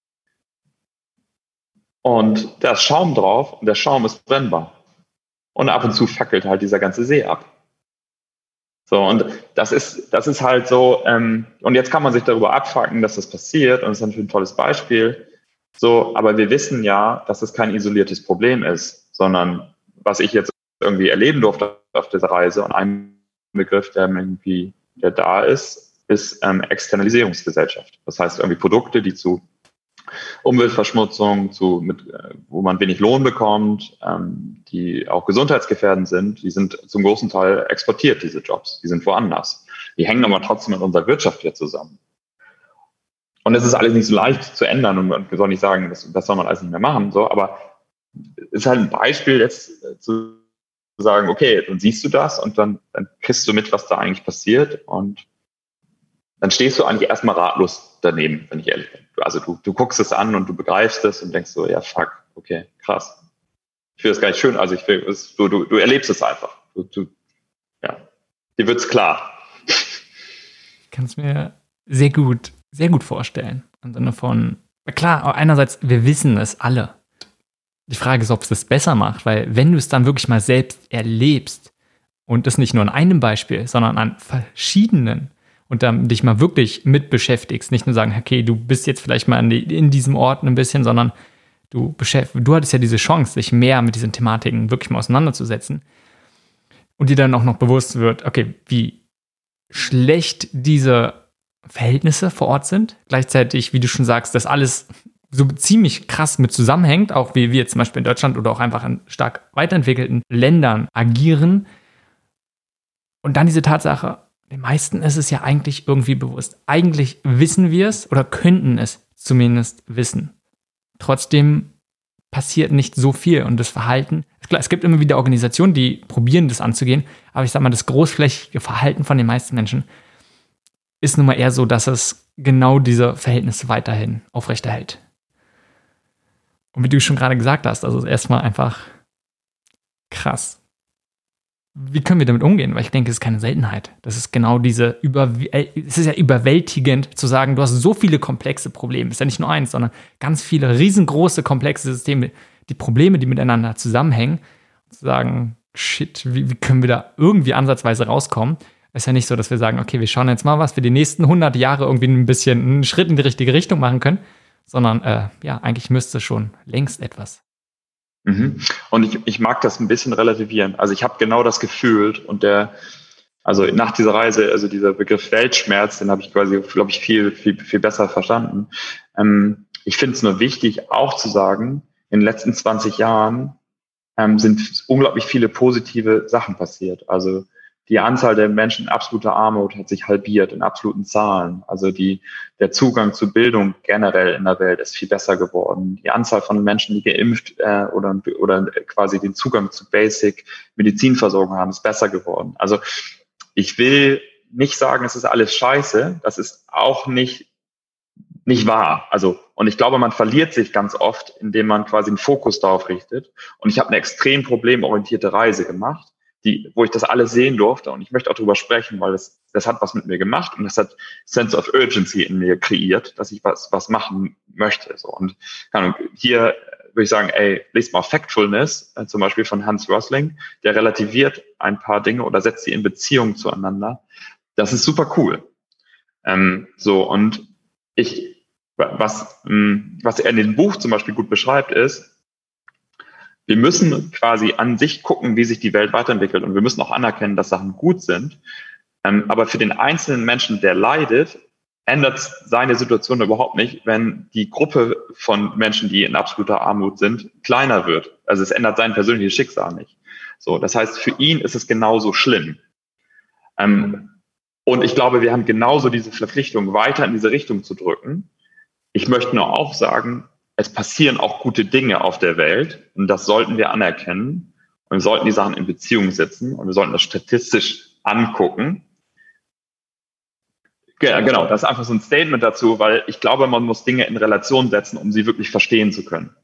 und da ist Schaum drauf und der Schaum ist brennbar. Und ab und zu fackelt halt dieser ganze See ab. So, und das ist, das ist halt so, ähm, und jetzt kann man sich darüber abfacken, dass das passiert, und das ist natürlich ein tolles Beispiel. So, aber wir wissen ja, dass es kein isoliertes Problem ist, sondern was ich jetzt irgendwie erleben durfte auf dieser Reise, und ein Begriff, der irgendwie, der da ist, ist ähm, Externalisierungsgesellschaft. Das heißt irgendwie Produkte, die zu Umweltverschmutzung, zu, mit, wo man wenig Lohn bekommt, ähm, die auch gesundheitsgefährdend sind, die sind zum großen Teil exportiert, diese Jobs. Die sind woanders. Die hängen aber trotzdem mit unserer Wirtschaft hier zusammen. Und es ist alles nicht so leicht zu ändern, und man soll nicht sagen, das, das soll man alles nicht mehr machen, so, aber es ist halt ein Beispiel jetzt äh, zu sagen, okay, dann siehst du das und dann, dann kriegst du mit, was da eigentlich passiert, und dann stehst du eigentlich erstmal ratlos daneben, wenn ich ehrlich bin. Also du, du guckst es an und du begreifst es und denkst so, ja, fuck, okay, krass. Ich finde das gar nicht schön, also ich will, es, du, du, du erlebst es einfach. Du, du, ja, dir wird's klar. Ich kann es mir sehr gut sehr gut vorstellen. Im Sinne von, klar, einerseits, wir wissen es alle. Die Frage ist, ob es das besser macht, weil wenn du es dann wirklich mal selbst erlebst und das nicht nur an einem Beispiel, sondern an verschiedenen und dann dich mal wirklich mit beschäftigst, nicht nur sagen, okay, du bist jetzt vielleicht mal in, die, in diesem Ort ein bisschen, sondern du beschäftigst, du hattest ja diese Chance, dich mehr mit diesen Thematiken wirklich mal auseinanderzusetzen und dir dann auch noch bewusst wird, okay, wie schlecht diese Verhältnisse vor Ort sind. Gleichzeitig, wie du schon sagst, dass alles so ziemlich krass mit zusammenhängt, auch wie wir zum Beispiel in Deutschland oder auch einfach in stark weiterentwickelten Ländern agieren. Und dann diese Tatsache, den meisten ist es ja eigentlich irgendwie bewusst. Eigentlich wissen wir es oder könnten es zumindest wissen. Trotzdem passiert nicht so viel und das Verhalten, klar, es gibt immer wieder Organisationen, die probieren, das anzugehen, aber ich sag mal, das großflächige Verhalten von den meisten Menschen ist nun mal eher so, dass es genau diese Verhältnisse weiterhin aufrechterhält. Und wie du schon gerade gesagt hast, also erstmal einfach krass. Wie können wir damit umgehen? Weil ich denke, es ist keine Seltenheit. Das ist genau diese, Über es ist ja überwältigend zu sagen, du hast so viele komplexe Probleme. Es ist ja nicht nur eins, sondern ganz viele riesengroße, komplexe Systeme, die Probleme, die miteinander zusammenhängen. Zu sagen, shit, wie, wie können wir da irgendwie ansatzweise rauskommen? Es ist ja nicht so, dass wir sagen, okay, wir schauen jetzt mal, was wir die nächsten hundert Jahre irgendwie ein bisschen einen Schritt in die richtige Richtung machen können, sondern äh, ja, eigentlich müsste schon längst etwas. Mhm. Und ich, ich mag das ein bisschen relativieren. Also ich habe genau das gefühlt und der, also nach dieser Reise, also dieser Begriff Weltschmerz, den habe ich quasi, glaube ich, viel, viel, viel besser verstanden. Ähm, ich finde es nur wichtig, auch zu sagen, in den letzten zwanzig Jahren ähm, sind unglaublich viele positive Sachen passiert. Also die Anzahl der Menschen in absoluter Armut hat sich halbiert in absoluten Zahlen. Also die, der Zugang zu Bildung generell in der Welt ist viel besser geworden. Die Anzahl von Menschen, die geimpft äh, oder, oder quasi den Zugang zu Basic Medizinversorgung haben, ist besser geworden. Also ich will nicht sagen, es ist alles scheiße. Das ist auch nicht, nicht wahr. Also, und ich glaube, man verliert sich ganz oft, indem man quasi einen Fokus darauf richtet. Und ich habe eine extrem problemorientierte Reise gemacht, die, wo ich das alles sehen durfte. Und ich möchte auch darüber sprechen, weil das, das hat was mit mir gemacht und das hat Sense of Urgency in mir kreiert, dass ich was, was machen möchte. So. Und keine Ahnung, hier würde ich sagen, ey, lest mal Factfulness, äh, zum Beispiel von Hans Rosling, der relativiert ein paar Dinge oder setzt sie in Beziehung zueinander. Das ist super cool. Ähm, so, und ich, was, mh, was er in dem Buch zum Beispiel gut beschreibt, ist, wir müssen quasi an sich gucken, wie sich die Welt weiterentwickelt. Und wir müssen auch anerkennen, dass Sachen gut sind. Ähm, aber für den einzelnen Menschen, der leidet, ändert seine Situation überhaupt nicht, wenn die Gruppe von Menschen, die in absoluter Armut sind, kleiner wird. Also es ändert sein persönliches Schicksal nicht. So, das heißt, für ihn ist es genauso schlimm. Ähm, und ich glaube, wir haben genauso diese Verpflichtung, weiter in diese Richtung zu drücken. Ich möchte nur auch sagen, es passieren auch gute Dinge auf der Welt und das sollten wir anerkennen und wir sollten die Sachen in Beziehung setzen und wir sollten das statistisch angucken. Ja, genau, das ist einfach so ein Statement dazu, weil ich glaube, man muss Dinge in Relation setzen, um sie wirklich verstehen zu können.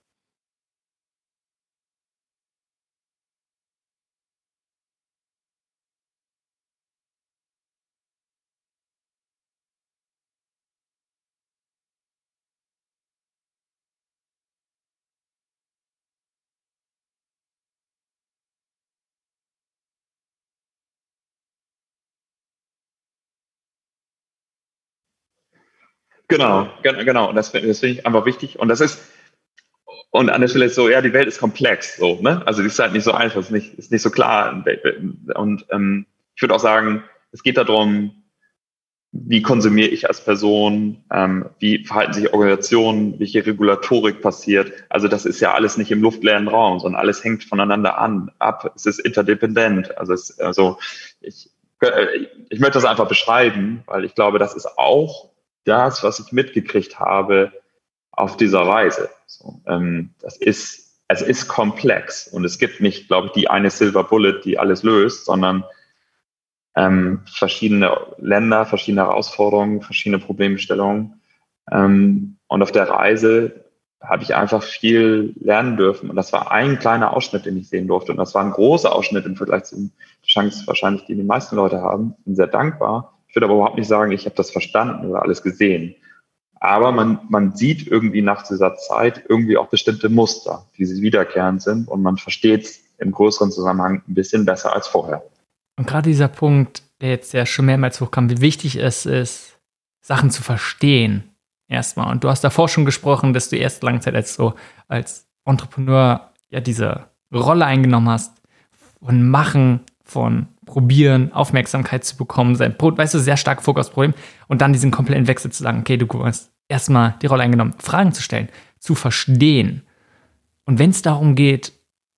Genau, genau. Und das, das finde ich einfach wichtig. Und das ist, und an der Stelle ist so, ja, die Welt ist komplex, so, ne? Also, die ist halt nicht so einfach, ist nicht, ist nicht so klar. Und ähm, ich würde auch sagen, es geht darum, wie konsumiere ich als Person, ähm, wie verhalten sich Organisationen, welche Regulatorik passiert. Also, das ist ja alles nicht im luftleeren Raum, sondern alles hängt voneinander an, ab. Es ist interdependent. Also, es, also ich, ich möchte das einfach beschreiben, weil ich glaube, das ist auch das, was ich mitgekriegt habe auf dieser Reise. So, ähm, das ist, es ist komplex und es gibt nicht, glaube ich, die eine Silver Bullet, die alles löst, sondern ähm, verschiedene Länder, verschiedene Herausforderungen, verschiedene Problemstellungen. Ähm, und auf der Reise habe ich einfach viel lernen dürfen. Und das war ein kleiner Ausschnitt, den ich sehen durfte. Und das war ein großer Ausschnitt im Vergleich zu der Chance wahrscheinlich, die die meisten Leute haben. Ich bin sehr dankbar. Ich würde aber überhaupt nicht sagen, ich habe das verstanden oder alles gesehen. Aber man, man sieht irgendwie nach dieser Zeit irgendwie auch bestimmte Muster, die wiederkehrend sind. Und man versteht es im größeren Zusammenhang ein bisschen besser als vorher. Und gerade dieser Punkt, der jetzt ja schon mehrmals hochkam, wie wichtig es ist, Sachen zu verstehen. Erstmal. Und du hast davor schon gesprochen, dass du erst lange Zeit als so als Entrepreneur ja diese Rolle eingenommen hast, von Machen, von Probieren, Aufmerksamkeit zu bekommen, sein, weißt du, sehr stark Fokus aufs Problem und dann diesen kompletten Wechsel zu sagen, okay, du hast erstmal die Rolle eingenommen, Fragen zu stellen, zu verstehen. Und wenn es darum geht,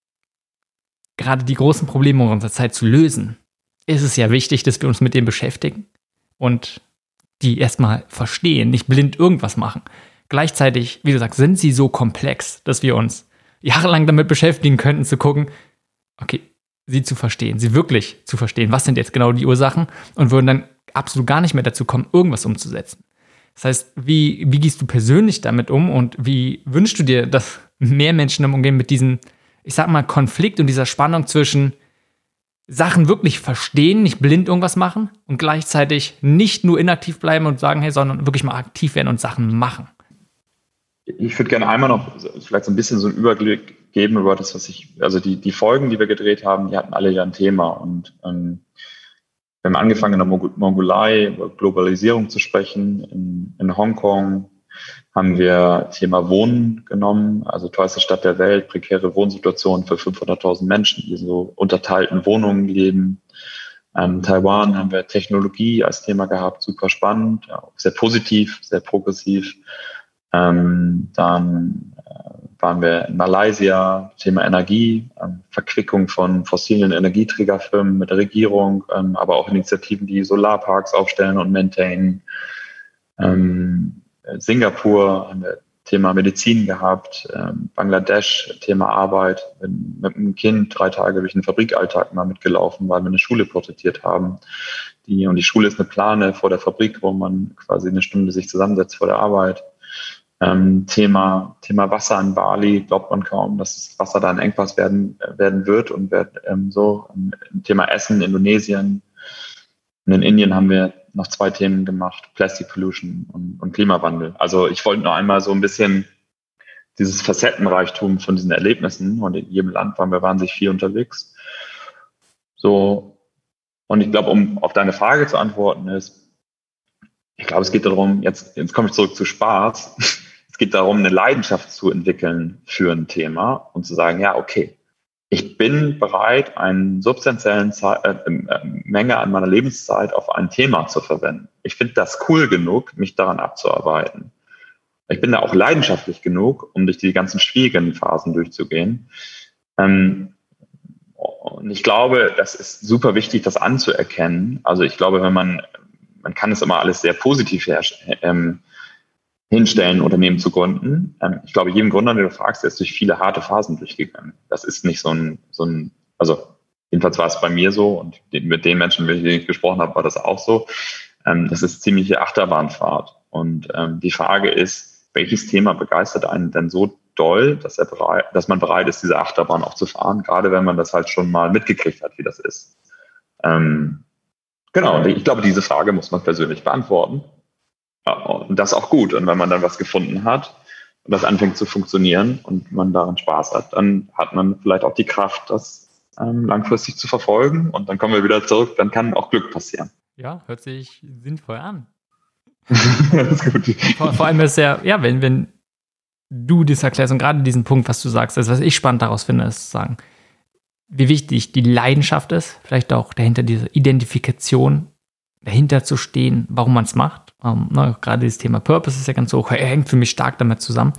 gerade die großen Probleme unserer Zeit zu lösen, ist es ja wichtig, dass wir uns mit dem beschäftigen und die erstmal verstehen, nicht blind irgendwas machen. Gleichzeitig, wie du sagst, sind sie so komplex, dass wir uns jahrelang damit beschäftigen könnten, zu gucken, okay, sie zu verstehen, sie wirklich zu verstehen, was sind jetzt genau die Ursachen und würden dann absolut gar nicht mehr dazu kommen, irgendwas umzusetzen. Das heißt, wie, wie gehst du persönlich damit um und wie wünschst du dir, dass mehr Menschen damit umgehen mit diesem, ich sag mal, Konflikt und dieser Spannung zwischen Sachen wirklich verstehen, nicht blind irgendwas machen und gleichzeitig nicht nur inaktiv bleiben und sagen, hey, sondern wirklich mal aktiv werden und Sachen machen? Ich würde gerne einmal noch vielleicht so ein bisschen so einen Überblick geben über das, was ich, also die, die Folgen, die wir gedreht haben, die hatten alle ja ein Thema und ähm, wir haben angefangen in der Mongolei über Globalisierung zu sprechen. In, in Hongkong haben wir Thema Wohnen genommen, also teuerste Stadt der Welt, prekäre Wohnsituation für fünfhunderttausend Menschen, die so unterteilten Wohnungen leben. In Taiwan haben wir Technologie als Thema gehabt, super spannend, ja, sehr positiv, sehr progressiv. Ähm, dann äh, waren wir in Malaysia, Thema Energie, ähm, Verquickung von fossilen Energieträgerfirmen mit der Regierung, ähm, aber auch Initiativen, die Solarparks aufstellen und maintainen. Ähm, Singapur haben wir Thema Medizin gehabt, ähm, Bangladesch, Thema Arbeit, bin mit einem Kind drei Tage durch den Fabrikalltag mal mitgelaufen, weil wir eine Schule porträtiert haben. Die, und die Schule ist eine Plane vor der Fabrik, wo man quasi eine Stunde sich zusammensetzt vor der Arbeit. Ähm, Thema, Thema Wasser in Bali, glaubt man kaum, dass das Wasser da ein Engpass werden, werden wird und wird ähm, so. Ähm, Thema Essen, Indonesien. Und in Indien haben wir noch zwei Themen gemacht, Plastic Pollution und, und Klimawandel. Also ich wollte noch einmal so ein bisschen dieses Facettenreichtum von diesen Erlebnissen, und in jedem Land waren wir wahnsinnig viel unterwegs. So, und ich glaube, um auf deine Frage zu antworten, ist, ich glaube, es geht darum, jetzt, jetzt komme ich zurück zu Spaß, es geht darum, eine Leidenschaft zu entwickeln für ein Thema und zu sagen, ja, okay, ich bin bereit, eine substanzielle Ze- äh, äh, Menge an meiner Lebenszeit auf ein Thema zu verwenden. Ich finde das cool genug, mich daran abzuarbeiten. Ich bin da auch leidenschaftlich genug, um durch die ganzen schwierigen Phasen durchzugehen. Ähm, und ich glaube, das ist super wichtig, das anzuerkennen. Also ich glaube, wenn man, man kann es immer alles sehr positiv herstellen, ähm, hinstellen, Unternehmen zu gründen. Ähm, ich glaube, jedem Gründer, den du fragst, der ist durch viele harte Phasen durchgegangen. Das ist nicht so ein, so ein, also jedenfalls war es bei mir so und mit den Menschen, mit denen ich gesprochen habe, war das auch so. Ähm, das ist ziemliche Achterbahnfahrt. Und ähm, die Frage ist, welches Thema begeistert einen denn so doll, dass, er bereit, dass man bereit ist, diese Achterbahn auch zu fahren, gerade wenn man das halt schon mal mitgekriegt hat, wie das ist. Ähm, genau, und ich glaube, diese Frage muss man persönlich beantworten. Und das auch gut. Und wenn man dann was gefunden hat und das anfängt zu funktionieren und man daran Spaß hat, dann hat man vielleicht auch die Kraft, das ähm, langfristig zu verfolgen. Und dann kommen wir wieder zurück, dann kann auch Glück passieren. Ja, hört sich sinnvoll an. Das ist gut. Vor, vor allem ist ja, ja, wenn, wenn du das erklärst und gerade diesen Punkt, was du sagst, das, was ich spannend daraus finde, ist zu sagen, wie wichtig die Leidenschaft ist, vielleicht auch dahinter diese Identifikation, dahinter zu stehen, warum man es macht. Um, ne, gerade dieses Thema Purpose ist ja ganz hoch, er hängt für mich stark damit zusammen.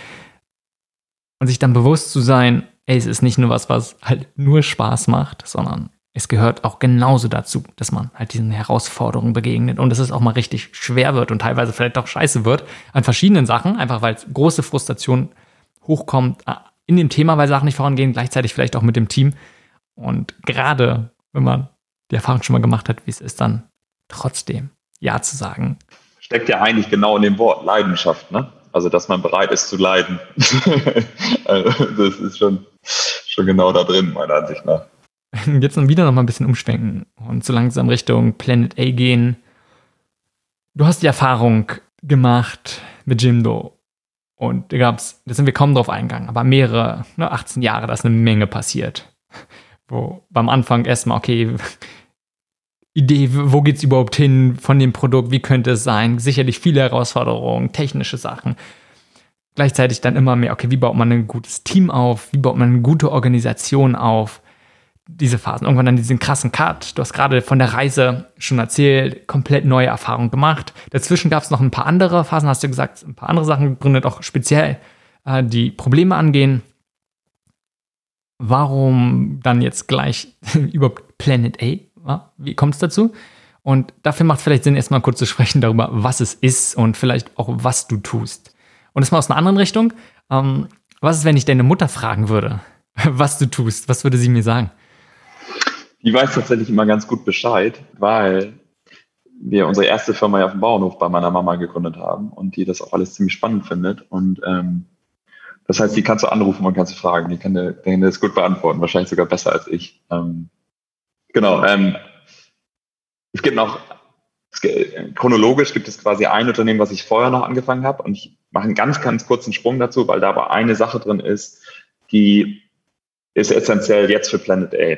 Und sich dann bewusst zu sein, ey, es ist nicht nur was, was halt nur Spaß macht, sondern es gehört auch genauso dazu, dass man halt diesen Herausforderungen begegnet und dass es auch mal richtig schwer wird und teilweise vielleicht auch scheiße wird an verschiedenen Sachen, einfach weil große Frustration hochkommt in dem Thema, weil Sachen nicht vorangehen, gleichzeitig vielleicht auch mit dem Team. Und gerade, wenn man die Erfahrung schon mal gemacht hat, wie es ist, dann trotzdem Ja zu sagen. Steckt ja eigentlich genau in dem Wort Leidenschaft, ne? Also, dass man bereit ist zu leiden. Also, das ist schon, schon genau da drin, meiner Ansicht nach. Jetzt noch wieder noch mal ein bisschen umschwenken und so langsam Richtung Planet A gehen. Du hast die Erfahrung gemacht mit Jimdo und da gab's, da sind wir kaum drauf eingegangen, aber mehrere, ne, achtzehn Jahre, da ist eine Menge passiert. Wo beim Anfang erstmal, okay, Idee, wo geht es überhaupt hin von dem Produkt, wie könnte es sein, sicherlich viele Herausforderungen, technische Sachen. Gleichzeitig dann immer mehr, okay, wie baut man ein gutes Team auf, wie baut man eine gute Organisation auf, diese Phasen. Irgendwann dann diesen krassen Cut, du hast gerade von der Reise schon erzählt, komplett neue Erfahrungen gemacht. Dazwischen gab es noch ein paar andere Phasen, hast du gesagt, ein paar andere Sachen gegründet, auch speziell äh, die Probleme angehen. Warum dann jetzt gleich überhaupt Planet A? Ja, wie kommt es dazu? Und dafür macht es vielleicht Sinn, erstmal kurz zu sprechen darüber, was es ist und vielleicht auch, was du tust. Und das mal aus einer anderen Richtung. Ähm, was ist, wenn ich deine Mutter fragen würde, was du tust? Was würde sie mir sagen? Die weiß tatsächlich immer ganz gut Bescheid, weil wir unsere erste Firma ja auf dem Bauernhof bei meiner Mama gegründet haben und die das auch alles ziemlich spannend findet. Und ähm, das heißt, die kannst du anrufen und kannst du fragen. Die kann dir, die kann dir das gut beantworten, wahrscheinlich sogar besser als ich. Ähm, genau. Ähm, es gibt noch, es gibt, chronologisch gibt es quasi ein Unternehmen, was ich vorher noch angefangen habe. Und ich mache einen ganz, ganz kurzen Sprung dazu, weil da aber eine Sache drin ist, die ist essentiell jetzt für Planet A.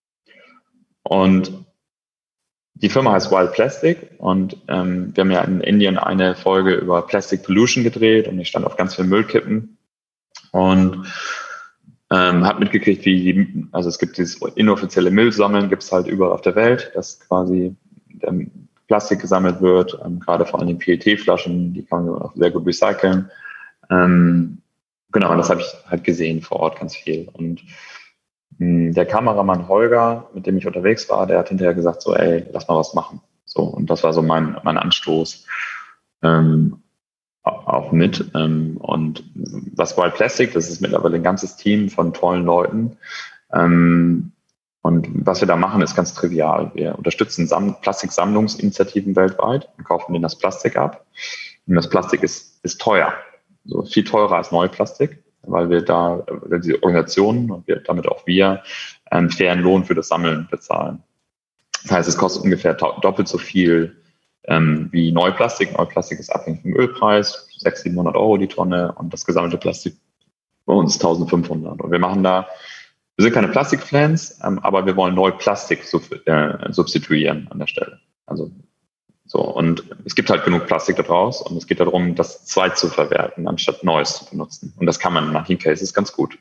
Und die Firma heißt Wild Plastic und ähm, wir haben ja in Indien eine Folge über Plastic Pollution gedreht und ich stand auf ganz vielen Müllkippen und ähm, habe mitgekriegt, wie die, also es gibt dieses inoffizielle Müllsammeln, gibt es halt überall auf der Welt, dass quasi der Plastik gesammelt wird, ähm, gerade vor allem P E T-Flaschen, die kann man auch sehr gut recyceln. Ähm, genau, und das habe ich halt gesehen vor Ort ganz viel. Und mh, der Kameramann Holger, mit dem ich unterwegs war, der hat hinterher gesagt, so, ey, lass mal was machen. So, und das war so mein, mein Anstoß. Ähm, auch mit. Ähm, und das Wild Plastic, das ist mittlerweile ein ganzes Team von tollen Leuten. Ähm, und was wir da machen, ist ganz trivial. Wir unterstützen Sam- Plastiksammlungsinitiativen weltweit und kaufen denen das Plastik ab. Und das Plastik ist, ist teuer. So viel teurer als Neuplastik, weil wir da, weil die Organisationen und wir, damit auch wir, einen fairen Lohn für das Sammeln bezahlen. Das heißt, es kostet ungefähr doppelt so viel ähm, wie Neuplastik. Neuplastik ist abhängig vom Ölpreis, sechshundert, siebenhundert Euro die Tonne und das gesammelte Plastik bei uns eintausendfünfhundert. Und wir machen da, wir sind keine Plastikfans, ähm, aber wir wollen Neuplastik sub, äh, substituieren an der Stelle. Also so, und es gibt halt genug Plastik da draus und es geht darum, das zweit zu verwerten, anstatt Neues zu benutzen. Und das kann man in manchen Cases ganz gut.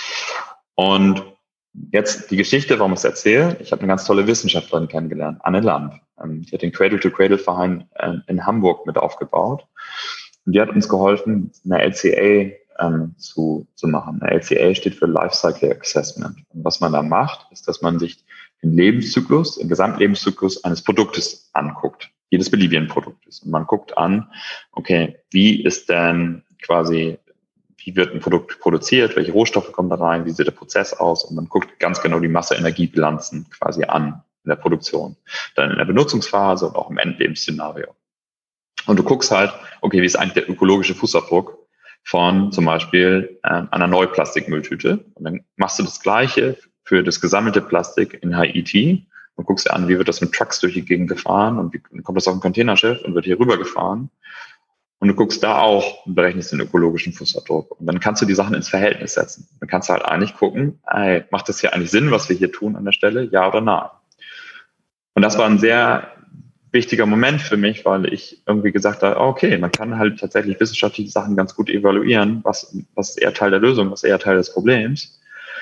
Und jetzt die Geschichte, warum ich es erzähle. Ich habe eine ganz tolle Wissenschaftlerin kennengelernt, Anne Lamp. Die hat den Cradle-to-Cradle-Verein in Hamburg mit aufgebaut. Und die hat uns geholfen, eine L C A ähm, zu, zu machen. Eine L C A steht für Lifecycle Assessment. Und was man da macht, ist, dass man sich den Lebenszyklus, den Gesamtlebenszyklus eines Produktes anguckt. Jedes beliebigen Produktes. Und man guckt an, okay, wie ist denn quasi, wie wird ein Produkt produziert, welche Rohstoffe kommen da rein, wie sieht der Prozess aus und man guckt ganz genau die Masse-Energie-Bilanzen quasi an in der Produktion, dann in der Benutzungsphase und auch im Endlebensszenario. Und du guckst halt, okay, wie ist eigentlich der ökologische Fußabdruck von zum Beispiel äh, einer Neuplastikmülltüte und dann machst du das Gleiche für das gesammelte Plastik in H I T und guckst dir an, wie wird das mit Trucks durch die Gegend gefahren und wie kommt das auf ein Containerschiff und wird hier rüber gefahren. Und du guckst da auch und berechnest den ökologischen Fußabdruck. Und dann kannst du die Sachen ins Verhältnis setzen. Dann kannst du halt eigentlich gucken, ey, macht das hier eigentlich Sinn, was wir hier tun an der Stelle? Ja oder nein? Und das war ein sehr wichtiger Moment für mich, weil ich irgendwie gesagt habe, okay, man kann halt tatsächlich wissenschaftliche Sachen ganz gut evaluieren. Was, was ist eher Teil der Lösung, was ist eher Teil des Problems?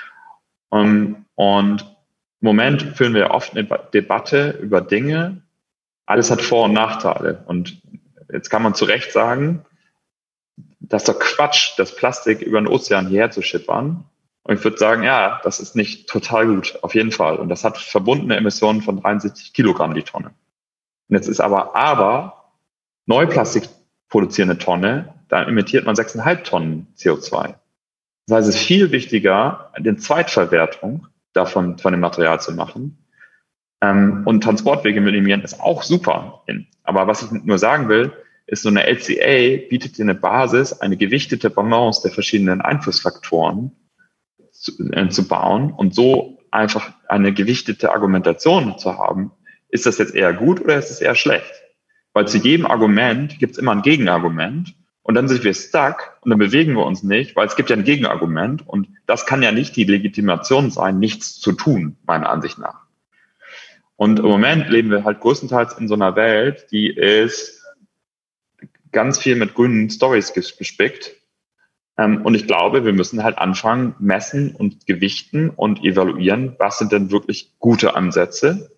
Um, und im Moment führen wir oft eine Debatte über Dinge. Alles hat Vor- und Nachteile. Und jetzt kann man zu Recht sagen, das ist doch Quatsch, das Plastik über den Ozean hierher zu schippern. Und ich würde sagen, ja, das ist nicht total gut, auf jeden Fall. Und das hat verbundene Emissionen von dreiundsiebzig Kilogramm die Tonne. Und jetzt ist aber, aber Neuplastik produzierende Tonne, da emittiert man sechs Komma fünf Tonnen C O zwei. Das heißt, es ist viel wichtiger, eine Zweitverwertung davon, von dem Material zu machen. Ähm, und Transportwege minimieren ist auch super. Aber was ich nur sagen will, ist, so eine L C A bietet dir eine Basis, eine gewichtete Balance der verschiedenen Einflussfaktoren zu, äh, zu bauen und so einfach eine gewichtete Argumentation zu haben. Ist das jetzt eher gut oder ist es eher schlecht? Weil zu jedem Argument gibt es immer ein Gegenargument und dann sind wir stuck und dann bewegen wir uns nicht, weil es gibt ja ein Gegenargument und das kann ja nicht die Legitimation sein, nichts zu tun, meiner Ansicht nach. Und im Moment leben wir halt größtenteils in so einer Welt, die ist ganz viel mit grünen Stories gespickt. Und ich glaube, wir müssen halt anfangen, messen und gewichten und evaluieren, was sind denn wirklich gute Ansätze.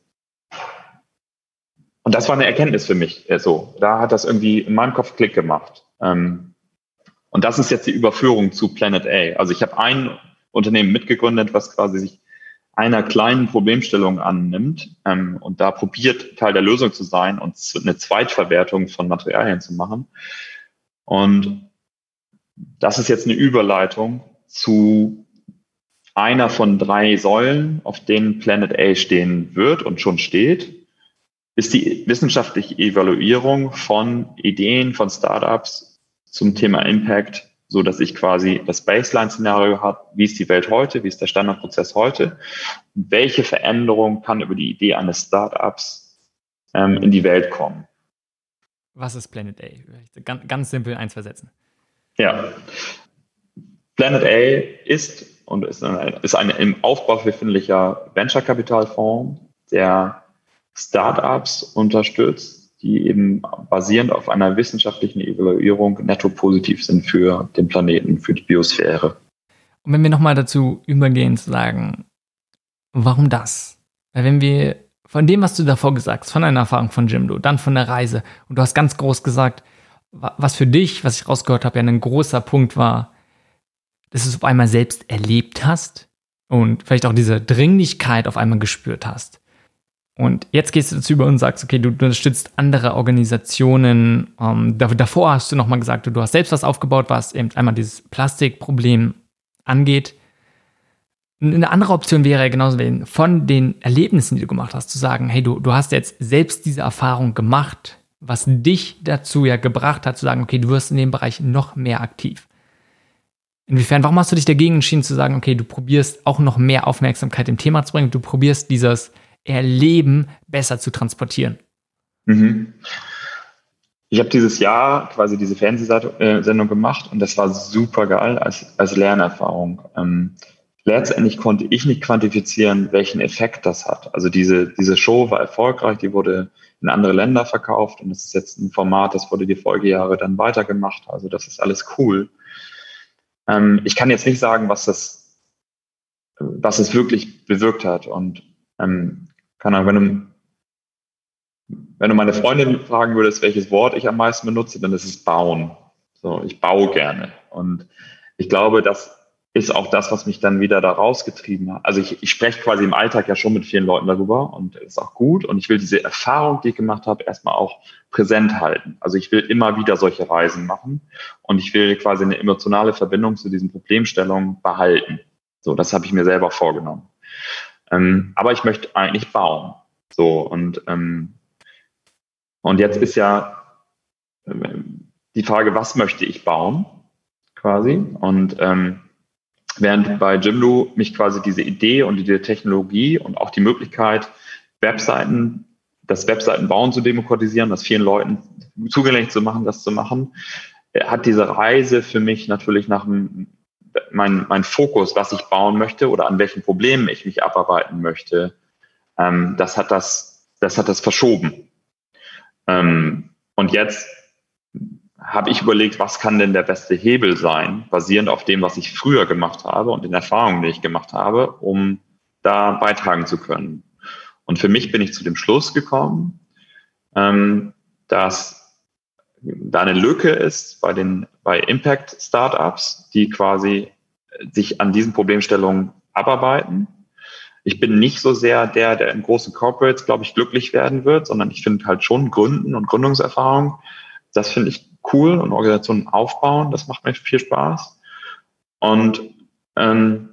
Und das war eine Erkenntnis für mich. So, da hat das irgendwie in meinem Kopf Klick gemacht. Und das ist jetzt die Überführung zu Planet A. Also ich habe ein Unternehmen mitgegründet, was quasi sich einer kleinen Problemstellung annimmt ähm, und da probiert, Teil der Lösung zu sein und eine Zweitverwertung von Materialien zu machen. Und das ist jetzt eine Überleitung zu einer von drei Säulen, auf denen Planet A stehen wird und schon steht, ist die wissenschaftliche Evaluierung von Ideen, von Startups zum Thema Impact, so dass ich quasi das Baseline-Szenario habe, wie ist die Welt heute, wie ist der Standardprozess heute und welche Veränderung kann über die Idee eines Startups ähm, in die Welt kommen. Was ist Planet A? Ganz, ganz simpel eins versetzen. Ja, Planet A ist und ist ein, ist ein im Aufbau befindlicher Venture-Kapitalfonds, der Startups unterstützt, die eben basierend auf einer wissenschaftlichen Evaluierung netto positiv sind für den Planeten, für die Biosphäre. Und wenn wir nochmal dazu übergehen zu sagen, warum das? Weil wenn wir von dem, was du davor gesagt hast, von deiner Erfahrung von Jimdo, dann von der Reise, und du hast ganz groß gesagt, was für dich, was ich rausgehört habe, ja ein großer Punkt war, dass du es auf einmal selbst erlebt hast und vielleicht auch diese Dringlichkeit auf einmal gespürt hast. Und jetzt gehst du dazu über und sagst, okay, du, du unterstützt andere Organisationen. Ähm, davor hast du nochmal gesagt, du, du hast selbst was aufgebaut, was eben einmal dieses Plastikproblem angeht. Eine andere Option wäre ja genauso, von den Erlebnissen, die du gemacht hast, zu sagen, hey, du, du hast jetzt selbst diese Erfahrung gemacht, was dich dazu ja gebracht hat, zu sagen, okay, du wirst in dem Bereich noch mehr aktiv. Inwiefern, warum hast du dich dagegen entschieden zu sagen, okay, du probierst auch noch mehr Aufmerksamkeit dem Thema zu bringen, du probierst dieses Erleben besser zu transportieren? Mhm. Ich habe dieses Jahr quasi diese Fernsehsendung gemacht und das war super geil als, als Lernerfahrung. Ähm, letztendlich konnte ich nicht quantifizieren, welchen Effekt das hat. Also diese, diese Show war erfolgreich, die wurde in andere Länder verkauft und das ist jetzt ein Format, das wurde die Folgejahre dann weitergemacht. Also das ist alles cool. Ähm, ich kann jetzt nicht sagen, was das, was es wirklich bewirkt hat und ähm, keine Ahnung, wenn du, wenn du meine Freundin fragen würdest, welches Wort ich am meisten benutze, dann ist es bauen. So, ich baue gerne. Und ich glaube, das ist auch das, was mich dann wieder da rausgetrieben hat. Also ich, ich spreche quasi im Alltag ja schon mit vielen Leuten darüber und das ist auch gut. Und ich will diese Erfahrung, die ich gemacht habe, erstmal auch präsent halten. Also ich will immer wieder solche Reisen machen und ich will quasi eine emotionale Verbindung zu diesen Problemstellungen behalten. So, das habe ich mir selber vorgenommen. Ähm, aber ich möchte eigentlich bauen. So, und, ähm, und jetzt ist ja ähm, die Frage, was möchte ich bauen, quasi. Und ähm, während bei Jimdo mich quasi diese Idee und diese Technologie und auch die Möglichkeit, Webseiten, das Webseitenbauen zu demokratisieren, das vielen Leuten zugänglich zu machen, das zu machen, hat diese Reise für mich natürlich nach dem Mein, mein Fokus, was ich bauen möchte oder an welchen Problemen ich mich abarbeiten möchte, ähm, das hat das, das hat das verschoben. Ähm, und jetzt habe ich überlegt, was kann denn der beste Hebel sein, basierend auf dem, was ich früher gemacht habe und den Erfahrungen, die ich gemacht habe, um da beitragen zu können. Und für mich bin ich zu dem Schluss gekommen, ähm, dass da eine Lücke ist bei den bei Impact-Startups, die quasi sich an diesen Problemstellungen abarbeiten. Ich bin nicht so sehr der, der in großen Corporates, glaube ich, glücklich werden wird, sondern ich finde halt schon Gründen und Gründungserfahrung, das finde ich cool und Organisationen aufbauen, das macht mir viel Spaß. Und ähm,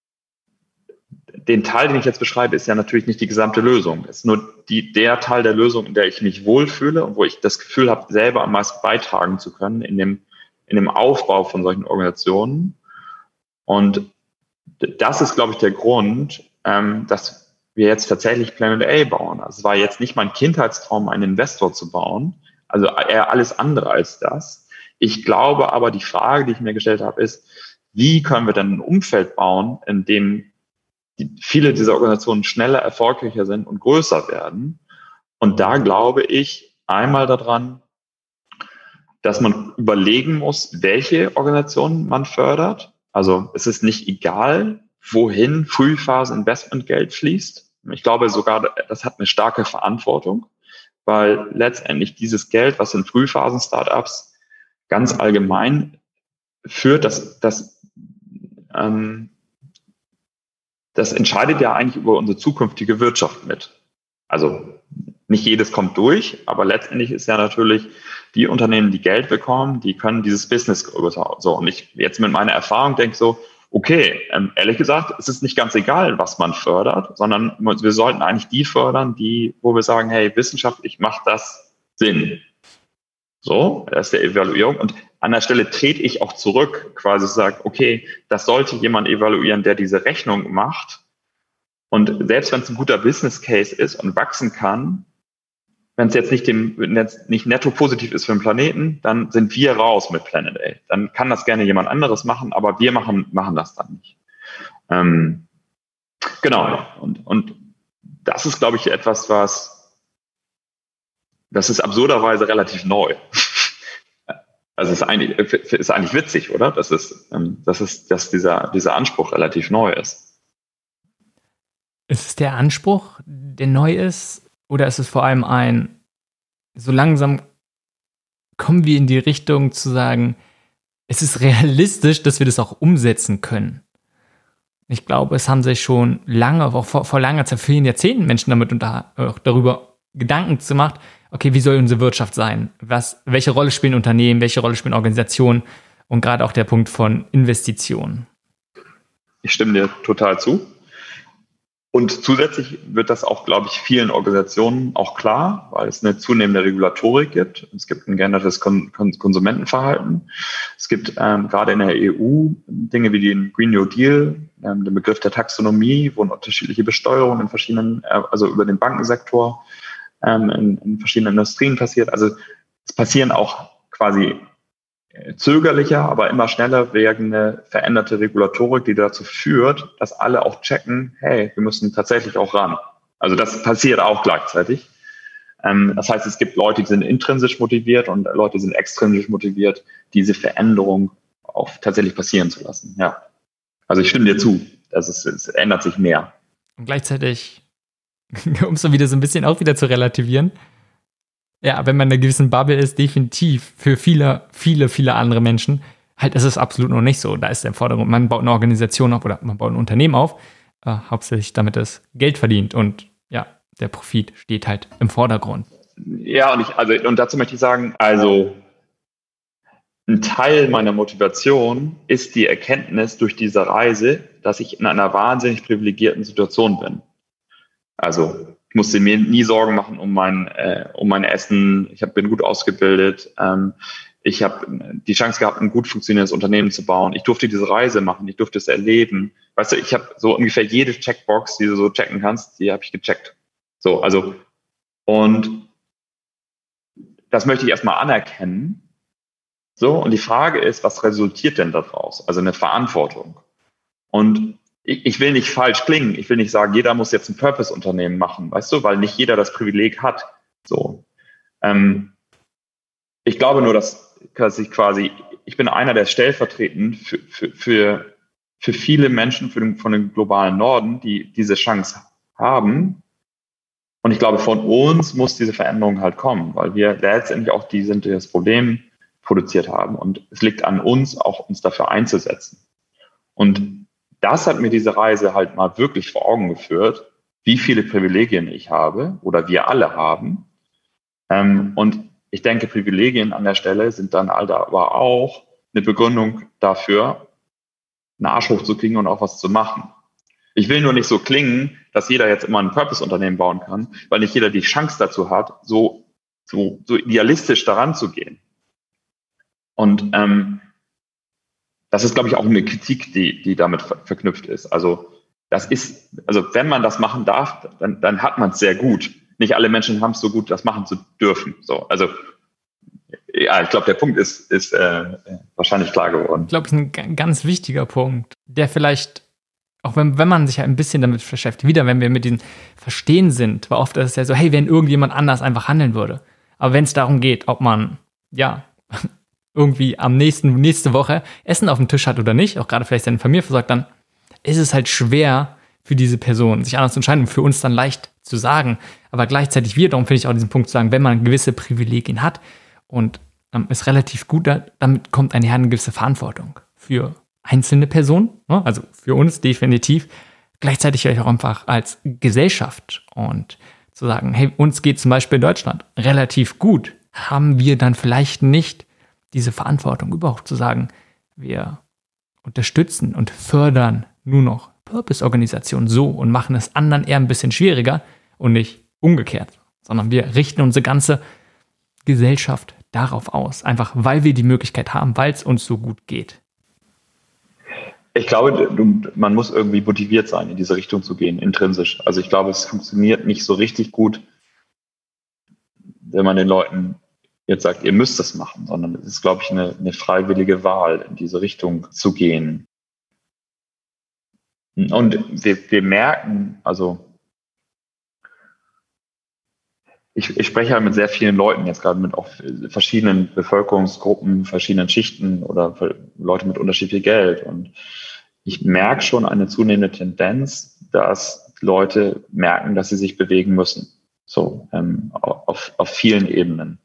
den Teil, den ich jetzt beschreibe, ist ja natürlich nicht die gesamte Lösung. Es ist nur die, der Teil der Lösung, in der ich mich wohlfühle und wo ich das Gefühl habe, selber am meisten beitragen zu können in dem, in dem Aufbau von solchen Organisationen. Und das ist, glaube ich, der Grund, ähm, dass wir jetzt tatsächlich Planet A bauen. Also es war jetzt nicht mein Kindheitstraum, einen Investor zu bauen, also eher alles andere als das. Ich glaube aber, die Frage, die ich mir gestellt habe, ist, wie können wir denn ein Umfeld bauen, in dem die, viele dieser Organisationen schneller, erfolgreicher sind und größer werden. Und da glaube ich einmal daran, dass man überlegen muss, welche Organisationen man fördert. Also es ist nicht egal, wohin Frühphasen-Investmentgeld fließt. Ich glaube sogar, das hat eine starke Verantwortung, weil letztendlich dieses Geld, was in Frühphasen-Startups ganz allgemein führt, dass das, ähm, das entscheidet ja eigentlich über unsere zukünftige Wirtschaft mit. Also nicht jedes kommt durch, aber letztendlich ist ja natürlich die Unternehmen, die Geld bekommen, die können dieses Business größer. So, und ich jetzt mit meiner Erfahrung denke so, okay, ähm, ehrlich gesagt, es ist nicht ganz egal, was man fördert, sondern wir sollten eigentlich die fördern, die, wo wir sagen, hey, wissenschaftlich macht das Sinn. So, das ist der Evaluierung. Und an der Stelle trete ich auch zurück, quasi sage, okay, das sollte jemand evaluieren, der diese Rechnung macht. Und selbst wenn es ein guter Business Case ist und wachsen kann, wenn es jetzt nicht dem nicht netto positiv ist für den Planeten, dann sind wir raus mit Planet A. Dann kann das gerne jemand anderes machen, aber wir machen machen das dann nicht. Ähm, genau. Und und das ist, glaube ich, etwas, was das ist absurderweise relativ neu. Also es ist eigentlich ist eigentlich witzig, oder? Das ist ähm, das ist dass dieser dieser Anspruch relativ neu ist. Ist es der Anspruch, der neu ist? Oder ist es vor allem ein, so langsam kommen wir in die Richtung zu sagen, es ist realistisch, dass wir das auch umsetzen können? Ich glaube, es haben sich schon lange, auch vor, vor langer Zeit, vielen Jahrzehnten Menschen damit unter, auch darüber Gedanken gemacht, okay, wie soll unsere Wirtschaft sein? Was, welche Rolle spielen Unternehmen, welche Rolle spielen Organisationen? Und gerade auch der Punkt von Investitionen. Ich stimme dir total zu. Und zusätzlich wird das auch, glaube ich, vielen Organisationen auch klar, weil es eine zunehmende Regulatorik gibt. Es gibt ein geändertes Kon- Kon- Konsumentenverhalten. Es gibt ähm, gerade in der E U Dinge wie den Green New Deal, ähm, den Begriff der Taxonomie, wo unterschiedliche Besteuerungen in verschiedenen, äh, also über den Bankensektor ähm, in, in verschiedenen Industrien passiert. Also es passieren auch quasi zögerlicher, aber immer schneller werdende veränderte Regulatorik, die dazu führt, dass alle auch checken, hey, wir müssen tatsächlich auch ran. Also das passiert auch gleichzeitig. Ähm, das heißt, es gibt Leute, die sind intrinsisch motiviert und Leute, die sind extrinsisch motiviert, diese Veränderung auch tatsächlich passieren zu lassen. Ja. Also ich stimme dir zu, dass es, es ändert sich mehr. Und gleichzeitig, um es so wieder so ein bisschen auch wieder zu relativieren, ja, wenn man in einer gewissen Bubble ist, definitiv für viele, viele, viele andere Menschen, halt ist es absolut noch nicht so. Da ist der Vordergrund, man baut eine Organisation auf oder man baut ein Unternehmen auf, äh, hauptsächlich damit es Geld verdient und ja, der Profit steht halt im Vordergrund. Ja, und ich, also, und dazu möchte ich sagen, also ein Teil meiner Motivation ist die Erkenntnis durch diese Reise, dass ich in einer wahnsinnig privilegierten Situation bin. Also ich musste mir nie Sorgen machen um mein, äh, um mein Essen. Ich hab, bin gut ausgebildet. Ähm, ich habe die Chance gehabt, ein gut funktionierendes Unternehmen zu bauen. Ich durfte diese Reise machen. Ich durfte es erleben. Weißt du, ich habe so ungefähr jede Checkbox, die du so checken kannst, die habe ich gecheckt. So, also und das möchte ich erstmal anerkennen. So, und die Frage ist, was resultiert denn daraus? Also eine Verantwortung. Und ich will nicht falsch klingen. Ich will nicht sagen, jeder muss jetzt ein Purpose-Unternehmen machen, weißt du, weil nicht jeder das Privileg hat. So. Ähm, ich glaube nur, dass, dass ich quasi, ich bin einer, der stellvertretend für, für, für, für viele Menschen für den, von dem globalen Norden, die diese Chance haben. Und ich glaube, von uns muss diese Veränderung halt kommen, weil wir letztendlich auch die sind, die das Problem produziert haben. Und es liegt an uns, auch uns dafür einzusetzen. Und das hat mir diese Reise halt mal wirklich vor Augen geführt, wie viele Privilegien ich habe oder wir alle haben. Ähm, und ich denke, Privilegien an der Stelle sind dann halt aber auch eine Begründung dafür, einen Arsch hochzukriegen und auch was zu machen. Ich will nur nicht so klingen, dass jeder jetzt immer ein Purpose-Unternehmen bauen kann, weil nicht jeder die Chance dazu hat, so, so, so idealistisch daran zu gehen. Und ähm, das ist, glaube ich, auch eine Kritik, die, die damit ver- verknüpft ist. Also das ist, also wenn man das machen darf, dann, dann hat man es sehr gut. Nicht alle Menschen haben es so gut, das machen zu dürfen. So, also ja, ich glaube, der Punkt ist, ist äh, wahrscheinlich klar geworden. Ich glaube, es ist ein g- ganz wichtiger Punkt, der vielleicht Auch wenn, wenn man sich ja ein bisschen damit beschäftigt, wieder, wenn wir mit diesem Verstehen sind, weil oft ist es ja so, hey, wenn irgendjemand anders einfach handeln würde. Aber wenn es darum geht, ob man, ja, irgendwie am nächsten, nächste Woche Essen auf dem Tisch hat oder nicht, auch gerade vielleicht seine Familie versorgt, dann ist es halt schwer für diese Person, sich anders zu entscheiden und für uns dann leicht zu sagen. Aber gleichzeitig wir, darum finde ich auch diesen Punkt zu sagen, wenn man gewisse Privilegien hat und ähm, ist relativ gut, da, damit kommt einher eine gewisse Verantwortung für einzelne Personen, ne? Also für uns definitiv, gleichzeitig vielleicht auch einfach als Gesellschaft und zu sagen, hey, uns geht zum Beispiel in Deutschland relativ gut, haben wir dann vielleicht nicht diese Verantwortung überhaupt zu sagen, wir unterstützen und fördern nur noch Purpose-Organisationen so und machen es anderen eher ein bisschen schwieriger und nicht umgekehrt, sondern wir richten unsere ganze Gesellschaft darauf aus, einfach weil wir die Möglichkeit haben, weil es uns so gut geht. Ich glaube, du, man muss irgendwie motiviert sein, in diese Richtung zu gehen, intrinsisch. Also ich glaube, es funktioniert nicht so richtig gut, wenn man den Leuten jetzt sagt, ihr müsst das machen, sondern es ist, glaube ich, eine, eine freiwillige Wahl, in diese Richtung zu gehen. Und wir, wir merken, also ich, ich spreche halt mit sehr vielen Leuten, jetzt gerade mit auch verschiedenen Bevölkerungsgruppen, verschiedenen Schichten oder Leute mit unterschiedlich Geld. Und ich merke schon eine zunehmende Tendenz, dass Leute merken, dass sie sich bewegen müssen. So, ähm, auf, auf vielen Ebenen.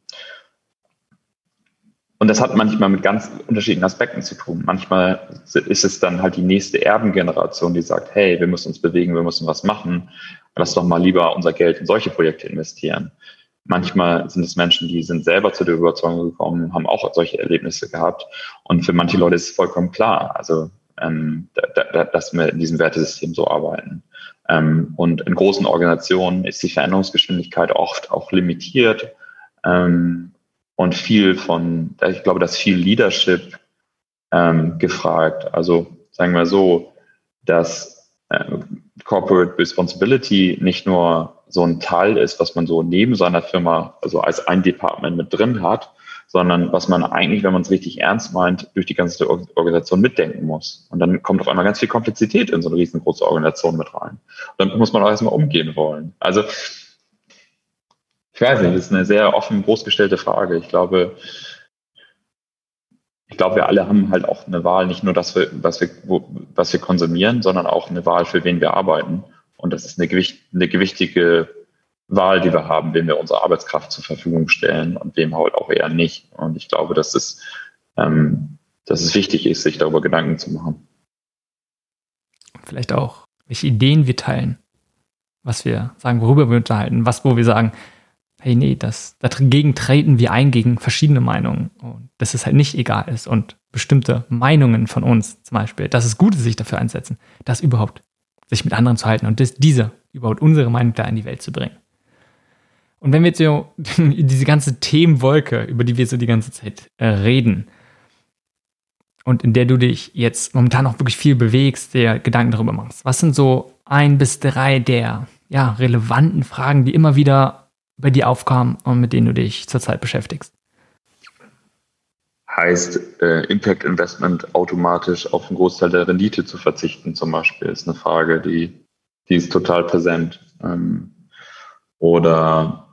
Und das hat manchmal mit ganz unterschiedlichen Aspekten zu tun. Manchmal ist es dann halt die nächste Erbengeneration, die sagt, hey, wir müssen uns bewegen, wir müssen was machen. Lass doch mal lieber unser Geld in solche Projekte investieren. Manchmal sind es Menschen, die sind selber zu der Überzeugung gekommen, haben auch solche Erlebnisse gehabt. Und für manche Leute ist es vollkommen klar, also ähm, da, da, dass wir in diesem Wertesystem so arbeiten. Ähm, und in großen Organisationen ist die Veränderungsgeschwindigkeit oft auch limitiert. Ähm, Und viel von, ich glaube, dass viel Leadership ähm, gefragt. Also sagen wir so, dass äh, Corporate Responsibility nicht nur so ein Teil ist, was man so neben seiner Firma, also als ein Department mit drin hat, sondern was man eigentlich, wenn man es richtig ernst meint, durch die ganze Organisation mitdenken muss. Und dann kommt auf einmal ganz viel Komplexität in so eine riesengroße Organisation mit rein. Und damit muss man auch erstmal umgehen wollen. Also ich weiß nicht, das ist eine sehr offen, groß gestellte Frage. Ich glaube, ich glaube, wir alle haben halt auch eine Wahl, nicht nur das, was wir, was wir konsumieren, sondern auch eine Wahl, für wen wir arbeiten. Und das ist eine, Gewicht, eine gewichtige Wahl, die wir haben, wem wir unsere Arbeitskraft zur Verfügung stellen und wem halt auch eher nicht. Und ich glaube, dass es, ähm, dass es wichtig ist, sich darüber Gedanken zu machen. Vielleicht auch, welche Ideen wir teilen, was wir sagen, worüber wir unterhalten, was, wo wir sagen, hey, nee, das, dagegen treten wir ein gegen verschiedene Meinungen und dass es halt nicht egal ist und bestimmte Meinungen von uns zum Beispiel, dass es gut ist, sich dafür einsetzen, das überhaupt sich mit anderen zu halten und das, diese überhaupt unsere Meinung da in die Welt zu bringen. Und wenn wir jetzt so diese ganze Themenwolke, über die wir so die ganze Zeit äh, reden und in der du dich jetzt momentan auch wirklich viel bewegst, dir Gedanken darüber machst, was sind so ein bis drei der ja, relevanten Fragen, die immer wieder bei dir aufkamen und mit denen du dich zurzeit beschäftigst? Heißt äh, Impact Investment automatisch auf einen Großteil der Rendite zu verzichten zum Beispiel, ist eine Frage, die, die ist total präsent. Ähm, oder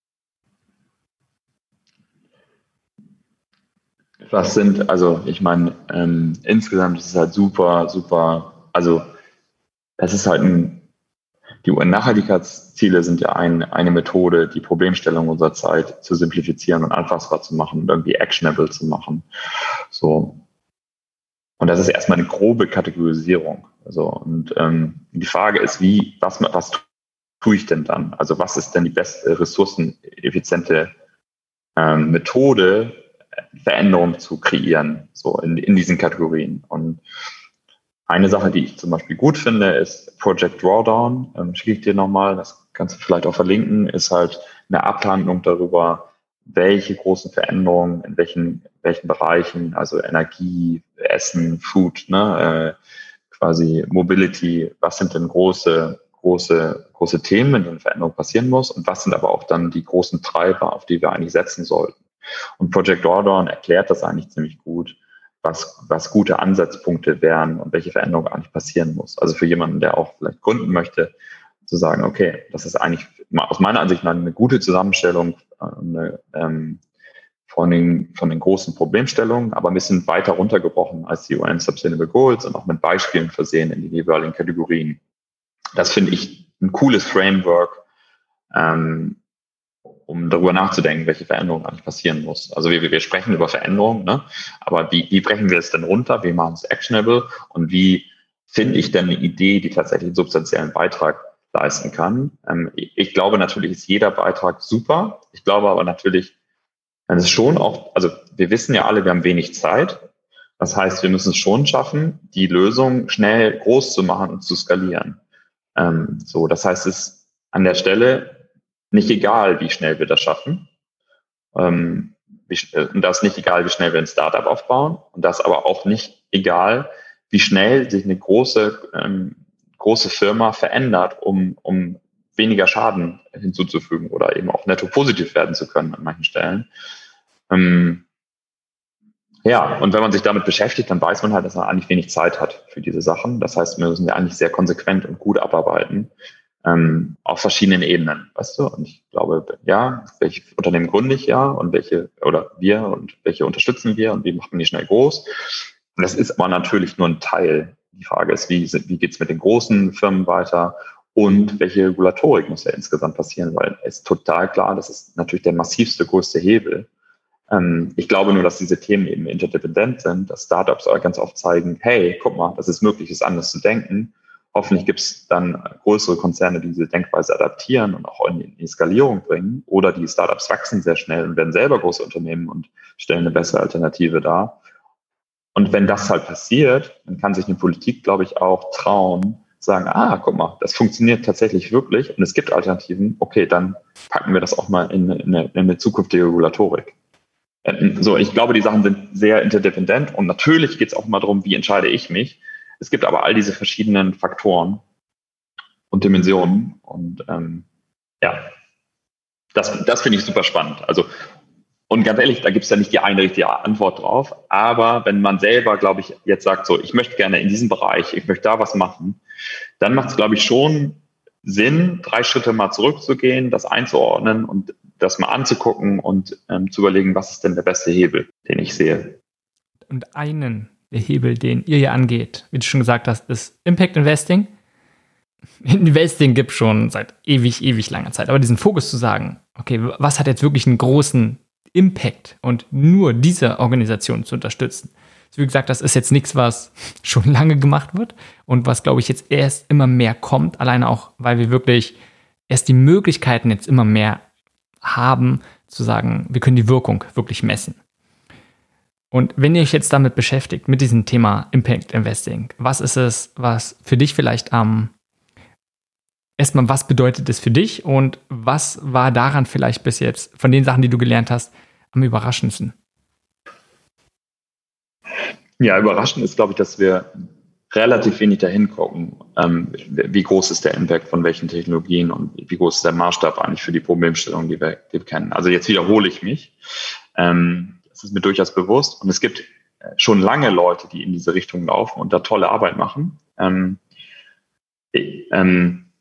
was sind, also ich meine, ähm, insgesamt ist es halt super, super, also es ist halt ein, die U N-Nachhaltigkeitsziele sind ja ein, eine Methode, die Problemstellung unserer Zeit zu simplifizieren und anfassbar zu machen und irgendwie actionable zu machen. So. Und das ist erstmal eine grobe Kategorisierung. Also, und ähm, die Frage ist, wie, was, was tue ich denn dann? Also was ist denn die beste ressourceneffiziente ähm, Methode, Veränderung zu kreieren, so in, in diesen Kategorien? Und eine Sache, die ich zum Beispiel gut finde, ist Project Drawdown. Ähm, schicke ich dir nochmal, das kannst du vielleicht auch verlinken, ist halt eine Abhandlung darüber, welche großen Veränderungen in welchen, welchen Bereichen, also Energie, Essen, Food, ne, äh, quasi Mobility, was sind denn große, große, große Themen, in denen Veränderung passieren muss und was sind aber auch dann die großen Treiber, auf die wir eigentlich setzen sollten. Und Project Drawdown erklärt das eigentlich ziemlich gut, was, was gute Ansatzpunkte wären und welche Veränderung eigentlich passieren muss. Also für jemanden, der auch vielleicht gründen möchte, zu sagen, okay, das ist eigentlich aus meiner Ansicht nach eine gute Zusammenstellung eine, ähm, von, den, von den großen Problemstellungen, aber ein bisschen weiter runtergebrochen als die U N Sustainable Goals und auch mit Beispielen versehen in die jeweiligen Kategorien. Das finde ich ein cooles Framework, ähm, um darüber nachzudenken, welche Veränderung eigentlich passieren muss. Also wir, wir sprechen über Veränderungen, ne? Aber wie, wie brechen wir es denn runter? Wie machen es actionable? Und wie finde ich denn eine Idee, die tatsächlich einen substanziellen Beitrag leisten kann? Ähm, ich glaube natürlich ist jeder Beitrag super. Ich glaube aber natürlich, es ist schon auch, also wir wissen ja alle, wir haben wenig Zeit. Das heißt, wir müssen es schon schaffen, die Lösung schnell groß zu machen und zu skalieren. Ähm, so, das heißt, es ist an der Stelle nicht egal, wie schnell wir das schaffen. Ähm, wie, und das ist nicht egal, wie schnell wir ein Startup aufbauen. Und das aber auch nicht egal, wie schnell sich eine große, ähm, große Firma verändert, um, um weniger Schaden hinzuzufügen oder eben auch netto positiv werden zu können an manchen Stellen. Ähm, ja, und wenn man sich damit beschäftigt, dann weiß man halt, dass man eigentlich wenig Zeit hat für diese Sachen. Das heißt, wir müssen ja eigentlich sehr konsequent und gut abarbeiten. Ähm, auf verschiedenen Ebenen, weißt du? Und ich glaube, ja, welche Unternehmen gründe ich ja und welche, oder wir und welche unterstützen wir und wie machen die schnell groß? Und das ist aber natürlich nur ein Teil. Die Frage ist, wie, wie geht's mit den großen Firmen weiter und welche Regulatorik muss ja insgesamt passieren, weil es ist total klar, das ist natürlich der massivste, größte Hebel. Ähm, ich glaube nur, dass diese Themen eben interdependent sind, dass Startups aber ganz oft zeigen, hey, guck mal, das ist möglich, ist anders zu denken. Hoffentlich gibt es dann größere Konzerne, die diese Denkweise adaptieren und auch in die Skalierung bringen. Oder die Startups wachsen sehr schnell und werden selber große Unternehmen und stellen eine bessere Alternative dar. Und wenn das halt passiert, dann kann sich eine Politik, glaube ich, auch trauen, sagen, ah, guck mal, das funktioniert tatsächlich wirklich und es gibt Alternativen. Okay, dann packen wir das auch mal in eine, in eine zukünftige Regulatorik. So, ich glaube, die Sachen sind sehr interdependent und natürlich geht es auch mal darum, wie entscheide ich mich. Es gibt aber all diese verschiedenen Faktoren und Dimensionen und ähm, ja, das, das finde ich super spannend. Also und ganz ehrlich, da gibt es ja nicht die eine richtige Antwort drauf, aber wenn man selber, glaube ich, jetzt sagt, so, ich möchte gerne in diesem Bereich, ich möchte da was machen, dann macht es, glaube ich, schon Sinn, drei Schritte mal zurückzugehen, das einzuordnen und das mal anzugucken und ähm, zu überlegen, was ist denn der beste Hebel, den ich sehe. Und einen der Hebel, den ihr hier angeht, wie du schon gesagt hast, ist Impact Investing. Investing gibt es schon seit ewig, ewig langer Zeit. Aber diesen Fokus zu sagen, okay, was hat jetzt wirklich einen großen Impact und nur diese Organisation zu unterstützen. Also wie gesagt, das ist jetzt nichts, was schon lange gemacht wird und was, glaube ich, jetzt erst immer mehr kommt. Alleine auch, weil wir wirklich erst die Möglichkeiten jetzt immer mehr haben, zu sagen, wir können die Wirkung wirklich messen. Und wenn ihr euch jetzt damit beschäftigt, mit diesem Thema Impact Investing, was ist es, was für dich vielleicht am ähm, erstmal, was bedeutet es für dich und was war daran vielleicht bis jetzt, von den Sachen, die du gelernt hast, am überraschendsten? Ja, überraschend ist, glaube ich, dass wir relativ wenig dahin gucken, ähm, wie groß ist der Impact von welchen Technologien und wie groß ist der Maßstab eigentlich für die Problemstellung, die wir, die wir kennen. Also jetzt wiederhole ich mich. Ähm, das ist mir durchaus bewusst. Und es gibt schon lange Leute, die in diese Richtung laufen und da tolle Arbeit machen. Ähm, ähm,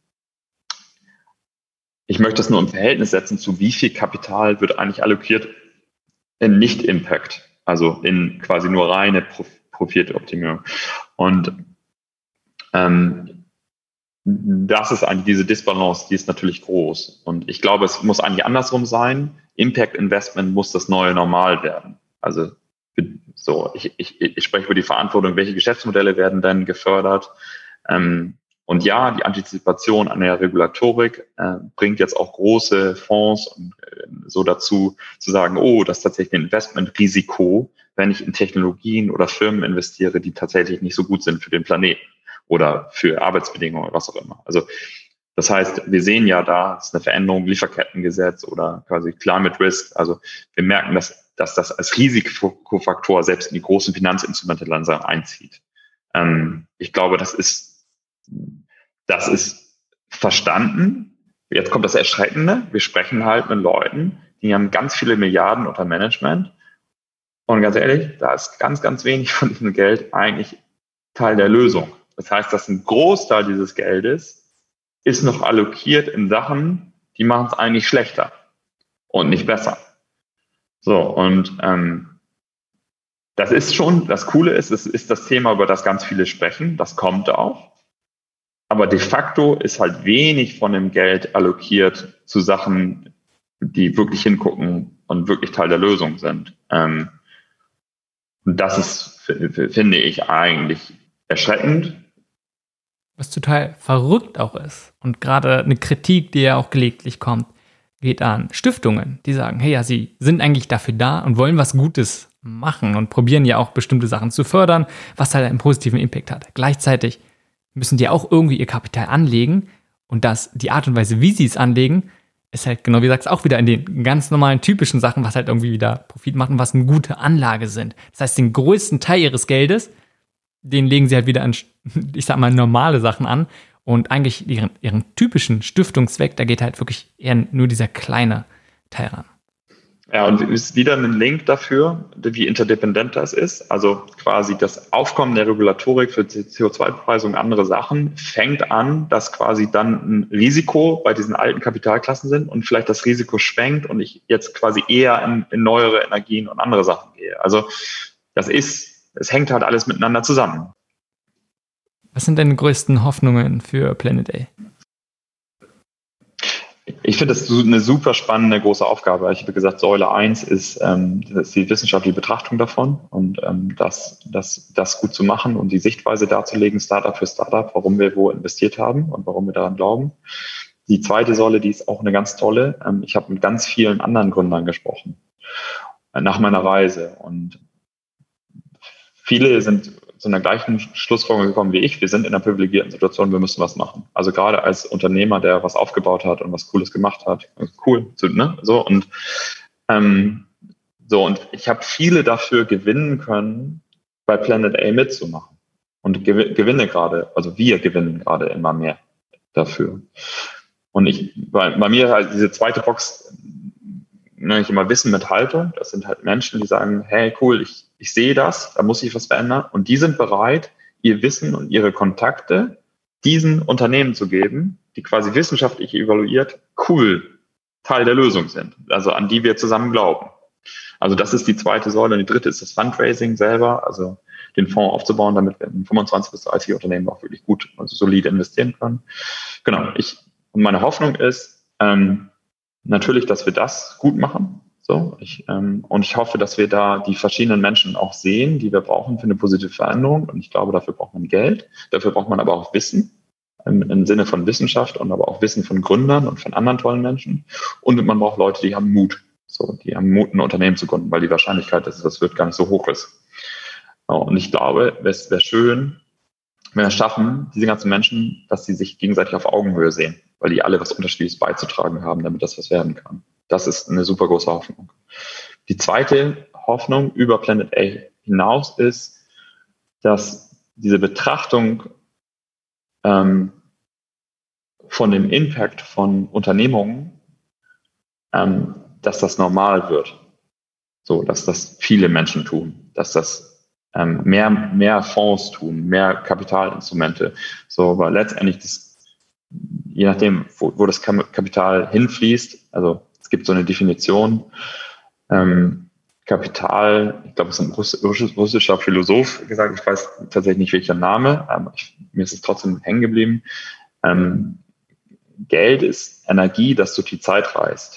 ich möchte das nur im Verhältnis setzen zu, wie viel Kapital wird eigentlich allokiert in Nicht-Impact, also in quasi nur reine Prof- Profitoptimierung. Und ähm, das ist eigentlich diese Disbalance, die ist natürlich groß. Und ich glaube, es muss eigentlich andersrum sein. Impact Investment muss das neue Normal werden. Also so, ich, ich, ich spreche über die Verantwortung, welche Geschäftsmodelle werden denn gefördert. Ähm, und ja, die Antizipation an der Regulatorik äh, bringt jetzt auch große Fonds und, äh, so dazu, zu sagen, oh, das ist tatsächlich ein Investmentrisiko, wenn ich in Technologien oder Firmen investiere, die tatsächlich nicht so gut sind für den Planeten oder für Arbeitsbedingungen oder was auch immer. Also das heißt, wir sehen ja da, es ist eine Veränderung, Lieferkettengesetz oder quasi Climate Risk. Also wir merken, dass, dass das als Risikofaktor selbst in die großen Finanzinstrumente langsam einzieht. Ähm, ich glaube, das ist, das ist verstanden. Jetzt kommt das Erschreckende. Wir sprechen halt mit Leuten, die haben ganz viele Milliarden unter Management Und ganz ehrlich, da ist ganz, ganz wenig von diesem Geld eigentlich Teil der Lösung. Das heißt, dass ein Großteil dieses Geldes ist noch allokiert in Sachen, die machen es eigentlich schlechter und nicht besser. So, und ähm, das ist schon, das Coole ist, es ist das Thema, über das ganz viele sprechen, das kommt auch. Aber de facto ist halt wenig von dem Geld allokiert zu Sachen, die wirklich hingucken und wirklich Teil der Lösung sind. Ähm, und das ist, finde ich, eigentlich erschreckend. Was total verrückt auch ist und gerade eine Kritik, die ja auch gelegentlich kommt, geht an Stiftungen, die sagen, hey, ja, sie sind eigentlich dafür da und wollen was Gutes machen und probieren ja auch bestimmte Sachen zu fördern, was halt einen positiven Impact hat. Gleichzeitig müssen die auch irgendwie ihr Kapital anlegen und das, die Art und Weise, wie sie es anlegen, ist halt genau wie du sagst, auch wieder in den ganz normalen, typischen Sachen, was halt irgendwie wieder Profit machen, was eine gute Anlage sind. Das heißt, den größten Teil ihres Geldes, den legen sie halt wieder an, ich sag mal, normale Sachen an. Und eigentlich ihren, ihren typischen Stiftungszweck, da geht halt wirklich eher nur dieser kleine Teil ran. Ja, und ist wieder ein Link dafür, wie interdependent das ist. Also quasi das Aufkommen der Regulatorik für C O zwei Preise und andere Sachen fängt an, dass quasi dann ein Risiko bei diesen alten Kapitalklassen sind und vielleicht das Risiko schwenkt und ich jetzt quasi eher in, in neuere Energien und andere Sachen gehe. Also das ist, es hängt halt alles miteinander zusammen. Was sind deine größten Hoffnungen für Planet A? Ich finde das eine super spannende, große Aufgabe. Ich habe gesagt, Säule eins ist, ähm, das ist die wissenschaftliche Betrachtung davon und ähm, das, das, das gut zu machen und die Sichtweise darzulegen, Startup für Startup, warum wir wo investiert haben und warum wir daran glauben. Die zweite Säule, die ist auch eine ganz tolle. Ähm, ich habe mit ganz vielen anderen Gründern gesprochen äh, nach meiner Reise und viele sind zu einer gleichen Schlussfolgerung gekommen wie ich. Wir sind in einer privilegierten Situation, wir müssen was machen. Also gerade als Unternehmer, der was aufgebaut hat und was Cooles gemacht hat. Also cool, ne? So und ähm, so und ich habe viele dafür gewinnen können, bei Planet A mitzumachen und gewinne gerade, also wir gewinnen gerade immer mehr dafür. Und ich, bei, bei mir halt diese zweite Box, nenne ich immer Wissen mit Haltung. Das sind halt Menschen, die sagen, hey, cool, ich, ich sehe das, da muss ich was verändern. Und die sind bereit, ihr Wissen und ihre Kontakte diesen Unternehmen zu geben, die quasi wissenschaftlich evaluiert, cool, Teil der Lösung sind. Also an die wir zusammen glauben. Also das ist die zweite Säule. Und die dritte ist das Fundraising selber, also den Fonds aufzubauen, damit wir in fünfundzwanzig bis dreißig Unternehmen auch wirklich gut, also solide investieren können. Genau. Ich, und meine Hoffnung ist, ähm, natürlich, dass wir das gut machen. So, ich, ähm, und ich hoffe, dass wir da die verschiedenen Menschen auch sehen, die wir brauchen für eine positive Veränderung. Und ich glaube, dafür braucht man Geld. Dafür braucht man aber auch Wissen im, im Sinne von Wissenschaft und aber auch Wissen von Gründern und von anderen tollen Menschen. Und man braucht Leute, die haben Mut. So, die haben Mut, ein Unternehmen zu gründen, weil die Wahrscheinlichkeit, dass das wird, gar nicht so hoch ist. Und ich glaube, es wäre schön, wenn wir es schaffen, diese ganzen Menschen, dass sie sich gegenseitig auf Augenhöhe sehen, weil die alle was Unterschiedliches beizutragen haben, damit das was werden kann. Das ist eine super große Hoffnung. Die zweite Hoffnung über Planet A hinaus ist, dass diese Betrachtung ähm, von dem Impact von Unternehmungen, ähm, dass das normal wird. So, dass das viele Menschen tun, dass das ähm, mehr, mehr Fonds tun, mehr Kapitalinstrumente. So, weil letztendlich das, je nachdem, wo, wo das Kapital hinfließt, also es gibt so eine Definition, ähm, Kapital, ich glaube, es ist ein russisch, russischer Philosoph gesagt, ich weiß tatsächlich nicht, welcher Name, aber ich, mir ist es trotzdem hängen geblieben. Ähm, Geld ist Energie, das durch die Zeit reist.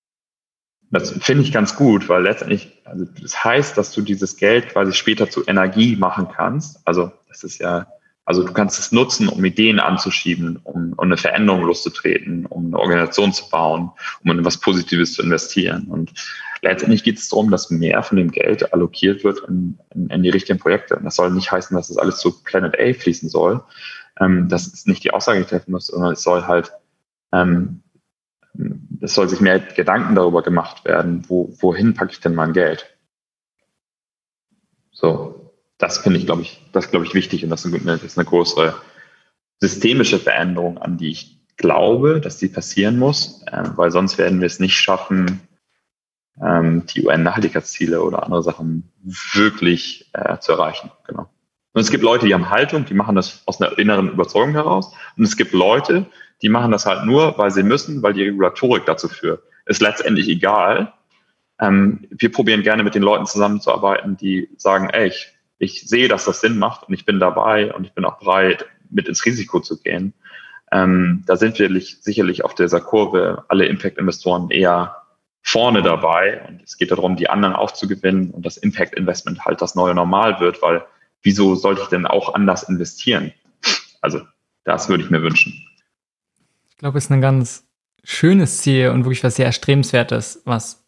Das finde ich ganz gut, weil letztendlich, also das heißt, dass du dieses Geld quasi später zu Energie machen kannst. Also das ist ja, also du kannst es nutzen, um Ideen anzuschieben, um, um eine Veränderung loszutreten, um eine Organisation zu bauen, um in etwas Positives zu investieren. Und letztendlich geht es darum, dass mehr von dem Geld allokiert wird in, in, in die richtigen Projekte. Und das soll nicht heißen, dass das alles zu Planet A fließen soll. Ähm, das ist nicht die Aussage, die ich treffen muss, sondern es soll halt ähm, es soll sich mehr Gedanken darüber gemacht werden, wo, wohin packe ich denn mein Geld? So, das finde ich, glaube ich, das glaube ich wichtig und das ist, eine, das ist eine größere systemische Veränderung, an die ich glaube, dass die passieren muss, äh, weil sonst werden wir es nicht schaffen, ähm, die U N-Nachhaltigkeitsziele oder andere Sachen wirklich äh, zu erreichen. Genau. Und es gibt Leute, die haben Haltung, die machen das aus einer inneren Überzeugung heraus. Und es gibt Leute, die machen das halt nur, weil sie müssen, weil die Regulatorik dazu führt. Ist letztendlich egal. Ähm, wir probieren gerne mit den Leuten zusammenzuarbeiten, die sagen, ey, ich, ich sehe, dass das Sinn macht und ich bin dabei und ich bin auch bereit, mit ins Risiko zu gehen. Ähm, da sind wir sicherlich auf dieser Kurve alle Impact-Investoren eher vorne dabei. Und es geht darum, die anderen aufzugewinnen und das Impact-Investment halt das neue Normal wird, weil wieso sollte ich denn auch anders investieren? Also das würde ich mir wünschen. Ich glaube, es ist ein ganz schönes Ziel und wirklich was sehr Erstrebenswertes, was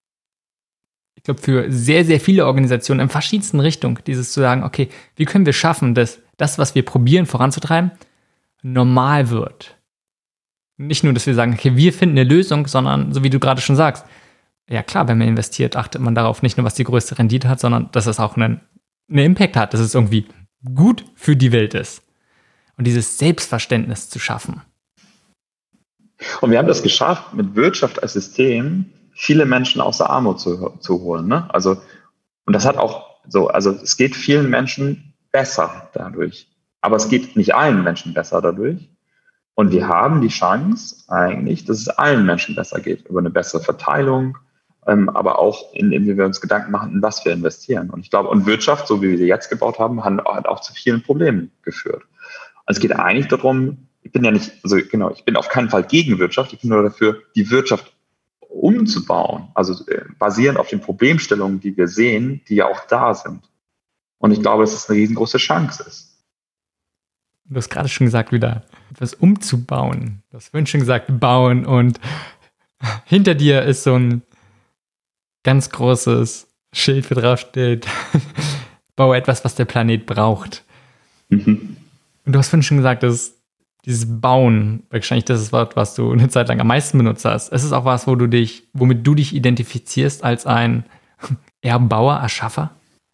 ich glaube für sehr, sehr viele Organisationen in verschiedensten Richtungen, dieses zu sagen, okay, wie können wir schaffen, dass das, was wir probieren voranzutreiben, normal wird. Nicht nur, dass wir sagen, okay, wir finden eine Lösung, sondern, so wie du gerade schon sagst, ja klar, wenn man investiert, achtet man darauf nicht nur, was die größte Rendite hat, sondern dass es auch einen, einen Impact hat, dass es irgendwie gut für die Welt ist. Und dieses Selbstverständnis zu schaffen. Und wir haben das geschafft, mit Wirtschaft als System viele Menschen aus der Armut zu, zu holen. Ne? Also, und das hat auch so, also es geht vielen Menschen besser dadurch. Aber es geht nicht allen Menschen besser dadurch. Und wir haben die Chance eigentlich, dass es allen Menschen besser geht, über eine bessere Verteilung, ähm, aber auch, indem wir uns Gedanken machen, in was wir investieren. Und ich glaube, und Wirtschaft, so wie wir sie jetzt gebaut haben, hat auch zu vielen Problemen geführt. Also es geht eigentlich darum, ich bin ja nicht, also genau, ich bin auf keinen Fall gegen Wirtschaft, ich bin nur dafür, die Wirtschaft umzubauen, also äh, basierend auf den Problemstellungen, die wir sehen, die ja auch da sind. Und ich glaube, dass es eine riesengroße Chance ist. Du hast gerade schon gesagt, wieder etwas umzubauen. Du hast vorhin schon gesagt, bauen. Und hinter dir ist so ein ganz großes Schild, wo drauf steht, baue etwas, was der Planet braucht. Mhm. Und du hast vorhin schon gesagt, dass dieses Bauen, wahrscheinlich das ist das Wort, was du eine Zeit lang am meisten benutzt hast. Es ist auch was, wo du dich, womit du dich identifizierst als ein Erbauer, Erschaffer?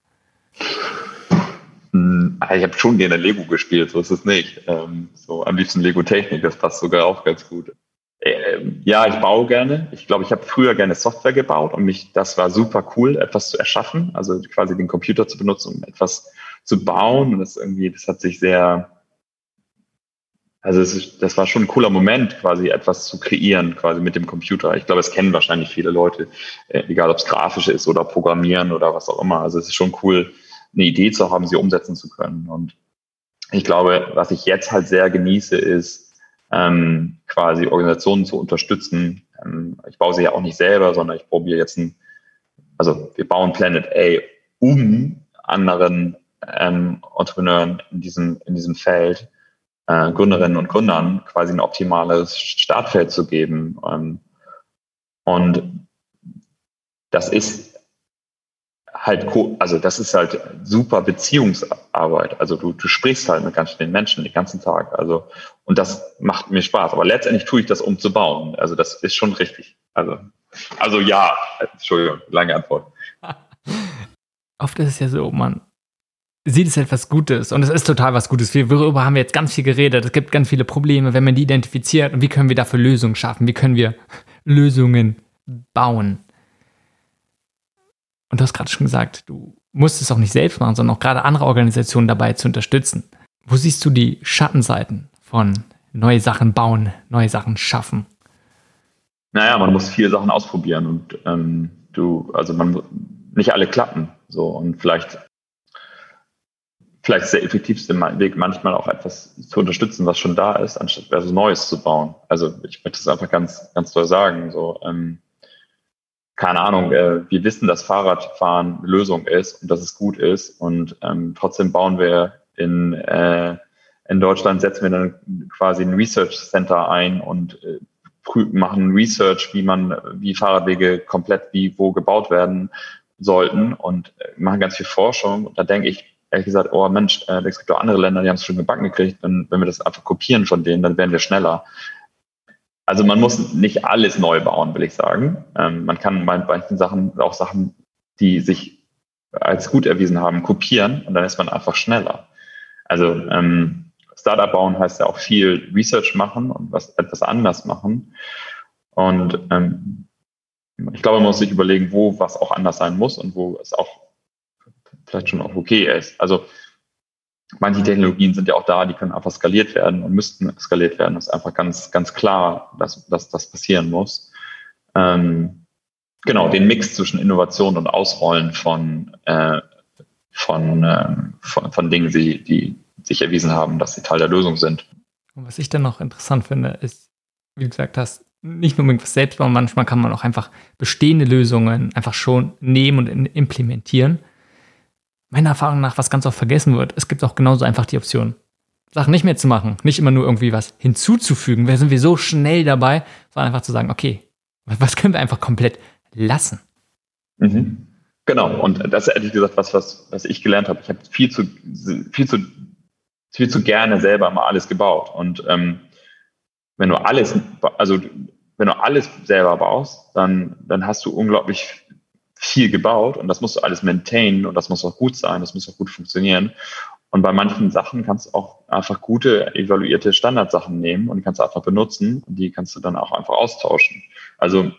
Ich habe schon gerne Lego gespielt, so ist es nicht. Ähm, so am liebsten Lego-Technik, das passt sogar auch ganz gut. Ähm, ja, ich baue gerne. Ich glaube, ich habe früher gerne Software gebaut und mich, das war super cool, etwas zu erschaffen, also quasi den Computer zu benutzen, um etwas zu bauen. Und das irgendwie, das hat sich sehr, also es ist, das war schon ein cooler Moment, quasi etwas zu kreieren, quasi mit dem Computer. Ich glaube, es kennen wahrscheinlich viele Leute, äh, egal ob es grafisch ist oder Programmieren oder was auch immer. Also es ist schon cool, eine Idee zu haben, sie umsetzen zu können. Und ich glaube, was ich jetzt halt sehr genieße, ist ähm, quasi Organisationen zu unterstützen. Ähm, ich baue sie ja auch nicht selber, sondern ich probiere jetzt ein, also wir bauen Planet A, um anderen ähm, Entrepreneuren in diesem, in diesem Feld, äh, Gründerinnen und Gründern quasi ein optimales Startfeld zu geben. Ähm, und das ist halt, also das ist halt super Beziehungsarbeit. Also du, du sprichst halt mit ganz vielen Menschen den ganzen Tag. Also, und das macht mir Spaß. Aber letztendlich tue ich das, um zu bauen. Also das ist schon richtig. Also, also ja, Entschuldigung, lange Antwort. Oft ist es ja so, man sieht es etwas Gutes und es ist total was Gutes. Worüber haben wir jetzt ganz viel geredet? Es gibt ganz viele Probleme, wenn man die identifiziert. Und wie können wir dafür Lösungen schaffen? Wie können wir Lösungen bauen? Und du hast gerade schon gesagt, du musst es auch nicht selbst machen, sondern auch gerade andere Organisationen dabei zu unterstützen. Wo siehst du die Schattenseiten von neue Sachen bauen, neue Sachen schaffen? Naja, man muss viele Sachen ausprobieren und ähm, du, also man nicht alle klappen. So und vielleicht, vielleicht ist der effektivste Weg manchmal auch etwas zu unterstützen, was schon da ist, anstatt etwas Neues zu bauen. Also ich möchte das einfach ganz, ganz doll sagen. So, ähm, keine Ahnung, äh, wir wissen, dass Fahrradfahren eine Lösung ist und dass es gut ist und ähm, trotzdem bauen wir in, äh, in Deutschland, setzen wir dann quasi ein Research Center ein und äh, machen Research, wie man, wie Fahrradwege komplett wie wo gebaut werden sollten und äh, machen ganz viel Forschung und da denke ich ehrlich gesagt, oh Mensch, äh, es gibt auch andere Länder, die haben es schon gebacken gekriegt, wenn, wenn wir das einfach kopieren von denen, dann werden wir schneller. Also man muss nicht alles neu bauen, will ich sagen. Ähm, man kann bei manchen Sachen auch Sachen, die sich als gut erwiesen haben, kopieren und dann ist man einfach schneller. Also ähm, Startup bauen heißt ja auch viel Research machen und was etwas anders machen. Und ähm, ich glaube, man muss sich überlegen, wo was auch anders sein muss und wo es auch vielleicht schon auch okay ist. Also manche Technologien sind ja auch da, die können einfach skaliert werden und müssten skaliert werden. Das ist einfach ganz, ganz klar, dass, dass das passieren muss. Ähm, genau, den Mix zwischen Innovation und Ausrollen von, äh, von, äh, von, von Dingen, die, die sich erwiesen haben, dass sie Teil der Lösung sind. Und was ich dann noch interessant finde, ist, wie du gesagt hast, nicht nur irgendwas selbst bauen, manchmal kann man auch einfach bestehende Lösungen einfach schon nehmen und implementieren. Meiner Erfahrung nach, was ganz oft vergessen wird, es gibt auch genauso einfach die Option, Sachen nicht mehr zu machen, nicht immer nur irgendwie was hinzuzufügen. Da sind wir so schnell dabei, sondern einfach zu sagen, okay, was können wir einfach komplett lassen? Mhm. Genau, und das ist ehrlich gesagt was, was, was ich gelernt habe. Ich habe viel zu, viel zu, viel zu gerne selber mal alles gebaut. Und ähm, wenn du alles, also wenn du alles selber baust, dann, dann hast du unglaublich viel gebaut und das musst du alles maintainen und das muss auch gut sein, das muss auch gut funktionieren. Und bei manchen Sachen kannst du auch einfach gute, evaluierte Standardsachen nehmen und die kannst du einfach benutzen und die kannst du dann auch einfach austauschen. Also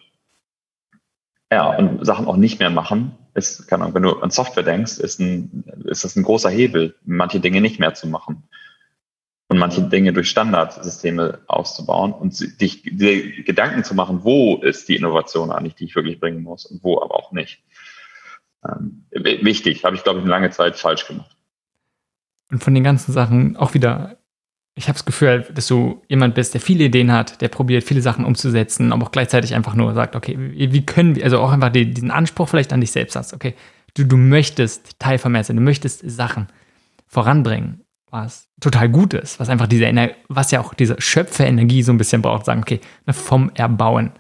ja, und Sachen auch nicht mehr machen, ist, keine Ahnung, wenn du an Software denkst, ist, ein, ist das ein großer Hebel, manche Dinge nicht mehr zu machen und manche Dinge durch Standardsysteme auszubauen und dich dir Gedanken zu machen, wo ist die Innovation eigentlich, die ich wirklich bringen muss und wo aber auch nicht. Ähm, wichtig, habe ich, glaube ich, eine lange Zeit falsch gemacht. Und von den ganzen Sachen auch wieder, ich habe das Gefühl, dass du jemand bist, der viele Ideen hat, der probiert, viele Sachen umzusetzen, aber auch gleichzeitig einfach nur sagt, okay, wie, wie können wir, also auch einfach die, diesen Anspruch vielleicht an dich selbst hast, okay, du, du möchtest Teil von mehr sein, du möchtest Sachen voranbringen, was total gut ist, was einfach diese Ener- was ja auch diese Schöpferenergie so ein bisschen braucht, sagen, okay, vom Erbauen.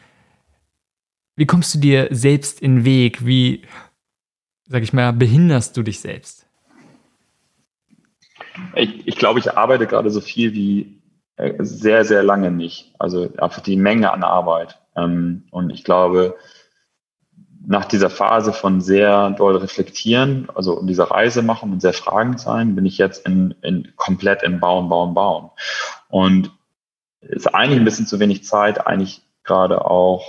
Wie kommst du dir selbst in den Weg? Wie, sag ich mal, behinderst du dich selbst? Ich, ich glaube, ich arbeite gerade so viel wie äh, sehr, sehr lange nicht. Also einfach die Menge an Arbeit. Ähm, und ich glaube, nach dieser Phase von sehr doll reflektieren, also in dieser Reise machen und sehr fragend sein, bin ich jetzt in, in komplett in Bauen, Bauen, Bauen. Und es ist eigentlich ein bisschen zu wenig Zeit, eigentlich gerade auch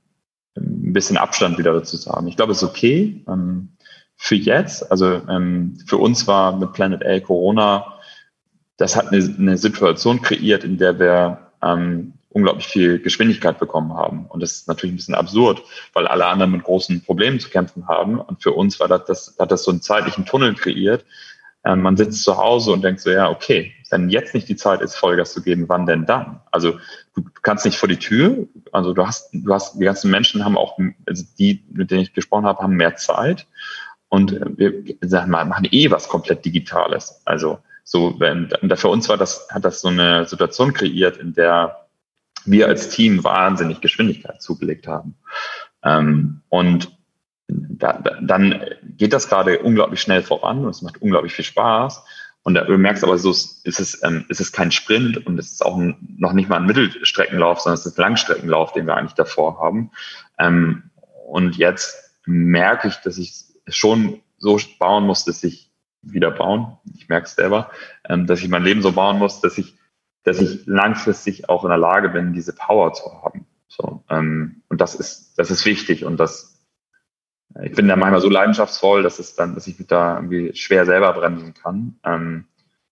ein bisschen Abstand wieder dazu zu haben. Ich glaube, es ist okay ähm, für jetzt. Also ähm, für uns war mit Planet A Corona, das hat eine, eine Situation kreiert, in der wir ähm, unglaublich viel Geschwindigkeit bekommen haben. Und das ist natürlich ein bisschen absurd, weil alle anderen mit großen Problemen zu kämpfen haben. Und für uns war das, das hat das so einen zeitlichen Tunnel kreiert. Ähm, man sitzt zu Hause und denkt so, ja, okay, wenn jetzt nicht die Zeit ist, Vollgas zu geben, wann denn dann? Also du kannst nicht vor die Tür. Also du hast, du hast, die ganzen Menschen haben auch, also die, mit denen ich gesprochen habe, haben mehr Zeit. Und wir sagen mal, machen eh was komplett Digitales. Also so, wenn, für uns war das, hat das so eine Situation kreiert, in der wir als Team wahnsinnig Geschwindigkeit zugelegt haben. Ähm, und da, da, dann geht das gerade unglaublich schnell voran und es macht unglaublich viel Spaß. Und da, du merkst aber, so ist es, ähm, ist es kein Sprint und es ist auch ein, noch nicht mal ein Mittelstreckenlauf, sondern es ist ein Langstreckenlauf, den wir eigentlich davor haben. Ähm, und jetzt merke ich, dass ich es schon so bauen muss, dass ich wieder bauen. Ich merke es selber, ähm, dass ich mein Leben so bauen muss, dass ich, dass ich langfristig auch in der Lage bin, diese Power zu haben. So, ähm, und das ist, das ist wichtig und das, ich bin da manchmal so leidenschaftsvoll, dass es dann, dass ich mich da irgendwie schwer selber bremsen kann. Ähm,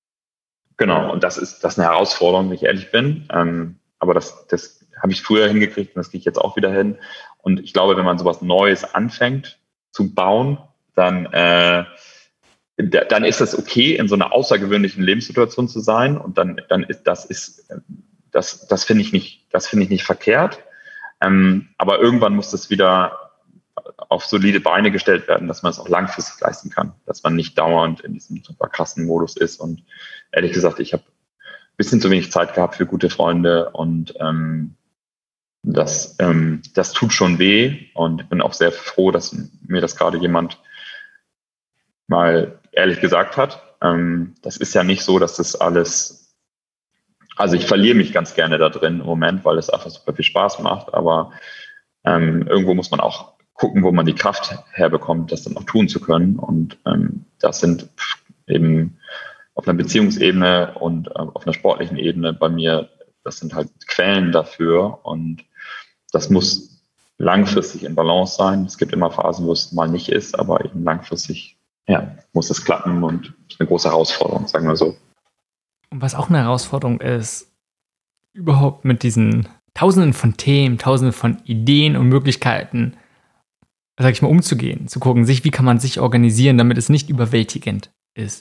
genau, und das ist, das ist eine Herausforderung, wenn ich ehrlich bin. Ähm, aber das, das habe ich früher hingekriegt und das kriege ich jetzt auch wieder hin. Und ich glaube, wenn man sowas Neues anfängt zu bauen, dann, äh, dann ist das okay, in so einer außergewöhnlichen Lebenssituation zu sein. Und dann, dann ist das ist, das, das finde ich nicht, das finde ich nicht verkehrt. Ähm, aber irgendwann muss das wieder auf solide Beine gestellt werden, dass man es auch langfristig leisten kann, dass man nicht dauernd in diesem super krassen Modus ist. Und ehrlich gesagt, ich habe ein bisschen zu wenig Zeit gehabt für gute Freunde und ähm, das, ähm, das tut schon weh. Und ich bin auch sehr froh, dass mir das gerade jemand mal ehrlich gesagt hat. Ähm, das ist ja nicht so, dass das alles, also ich verliere mich ganz gerne da drin im Moment, weil es einfach super viel Spaß macht, aber ähm, irgendwo muss man auch gucken, wo man die Kraft herbekommt, das dann auch tun zu können. Und ähm, das sind eben auf einer Beziehungsebene und äh, auf einer sportlichen Ebene bei mir, das sind halt Quellen dafür. Und das muss, langfristig in Balance sein. Es gibt immer Phasen, wo es mal nicht ist, aber eben langfristig, ja, muss es klappen und ist eine große Herausforderung, sagen wir so. Und was auch eine Herausforderung ist, überhaupt mit diesen Tausenden von Themen, Tausenden von Ideen und Möglichkeiten, sag ich mal, umzugehen, zu gucken, sich, wie kann man sich organisieren, damit es nicht überwältigend ist.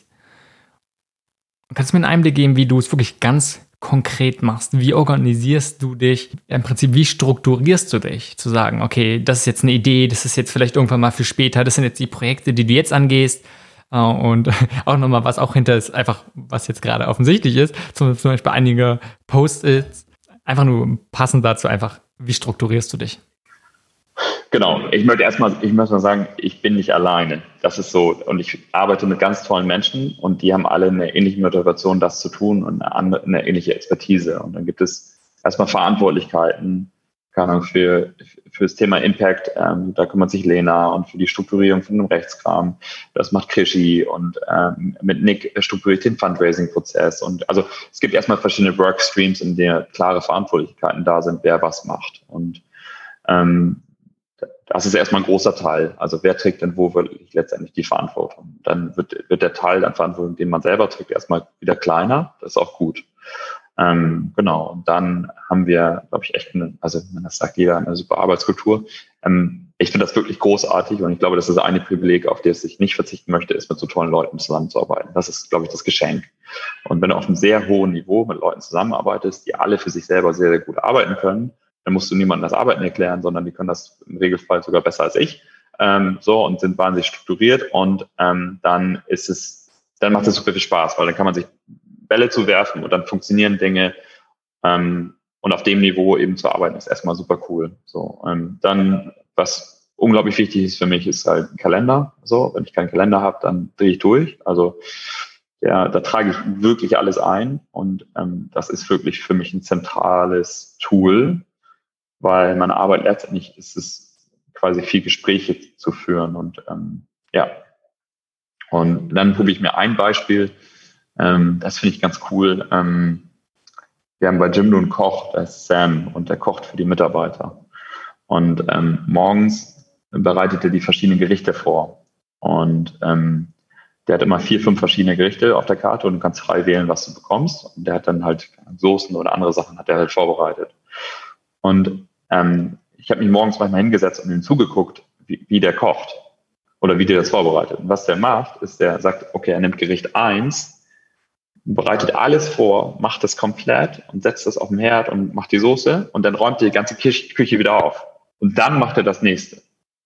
Kannst du mir einen Einblick geben, wie du es wirklich ganz konkret machst? Wie organisierst du dich? Im Prinzip, wie strukturierst du dich? Zu sagen, okay, das ist jetzt eine Idee, das ist jetzt vielleicht irgendwann mal für später, das sind jetzt die Projekte, die du jetzt angehst. Und auch nochmal, was auch hinter ist, einfach, was jetzt gerade offensichtlich ist, zum, zum Beispiel einige Post-its, einfach nur passend dazu, einfach, wie strukturierst du dich? Genau, ich möchte erstmal, ich muss mal sagen, ich bin nicht alleine. Das ist so, und ich arbeite mit ganz tollen Menschen und die haben alle eine ähnliche Motivation, das zu tun und eine, andere, eine ähnliche Expertise. Und dann gibt es erstmal Verantwortlichkeiten, keine Ahnung, für, für das Thema Impact, ähm, da kümmert sich Lena, und für die Strukturierung von dem Rechtskram, das macht Krischi, und ähm, mit Nick strukturiert den Fundraising-Prozess. Und also es gibt erstmal verschiedene Workstreams, in denen klare Verantwortlichkeiten da sind, wer was macht. Und ähm, das ist erstmal ein großer Teil. Also wer trägt denn wo wirklich letztendlich die Verantwortung? Dann wird, wird der Teil an Verantwortung, den man selber trägt, erstmal wieder kleiner. Das ist auch gut. Ähm, genau. Und dann haben wir, glaube ich, echt eine, also das sagt jeder, eine super Arbeitskultur. Ähm, ich finde das wirklich großartig, und ich glaube, das ist eine Privileg, auf das ich nicht verzichten möchte, ist, mit so tollen Leuten zusammenzuarbeiten. Das ist, glaube ich, das Geschenk. Und wenn du auf einem sehr hohen Niveau mit Leuten zusammenarbeitest, die alle für sich selber sehr, sehr gut arbeiten können, dann musst du niemandem das Arbeiten erklären, sondern die können das im Regelfall sogar besser als ich. Ähm, so, und sind wahnsinnig strukturiert, und ähm, dann ist es, dann macht es super viel Spaß, weil dann kann man sich Bälle zuwerfen und dann funktionieren Dinge. Ähm, und auf dem Niveau eben zu arbeiten, ist erstmal super cool. So, ähm, dann, was unglaublich wichtig ist für mich, ist halt ein Kalender. So, wenn ich keinen Kalender habe, dann drehe ich durch. Also ja, da trage ich wirklich alles ein, und ähm, das ist wirklich für mich ein zentrales Tool, weil meine Arbeit letztendlich ist es quasi viel Gespräche zu führen, und ähm, ja. Und dann probiere ich mir ein Beispiel, ähm, das finde ich ganz cool. Ähm, wir haben bei Jimdo einen Koch, der ist Sam, und der kocht für die Mitarbeiter. Und ähm, morgens bereitet er die verschiedenen Gerichte vor. Und ähm, der hat immer vier, fünf verschiedene Gerichte auf der Karte, und du kannst frei wählen, was du bekommst. Und der hat dann halt Soßen oder andere Sachen hat er halt vorbereitet. Und ähm, ich habe mich morgens manchmal hingesetzt und ihm zugeguckt, wie, wie der kocht oder wie der das vorbereitet. Und was der macht, ist, der sagt, okay, er nimmt Gericht eins, bereitet alles vor, macht das komplett und setzt das auf den Herd und macht die Soße, und dann räumt er die ganze Küche wieder auf. Und dann macht er das nächste.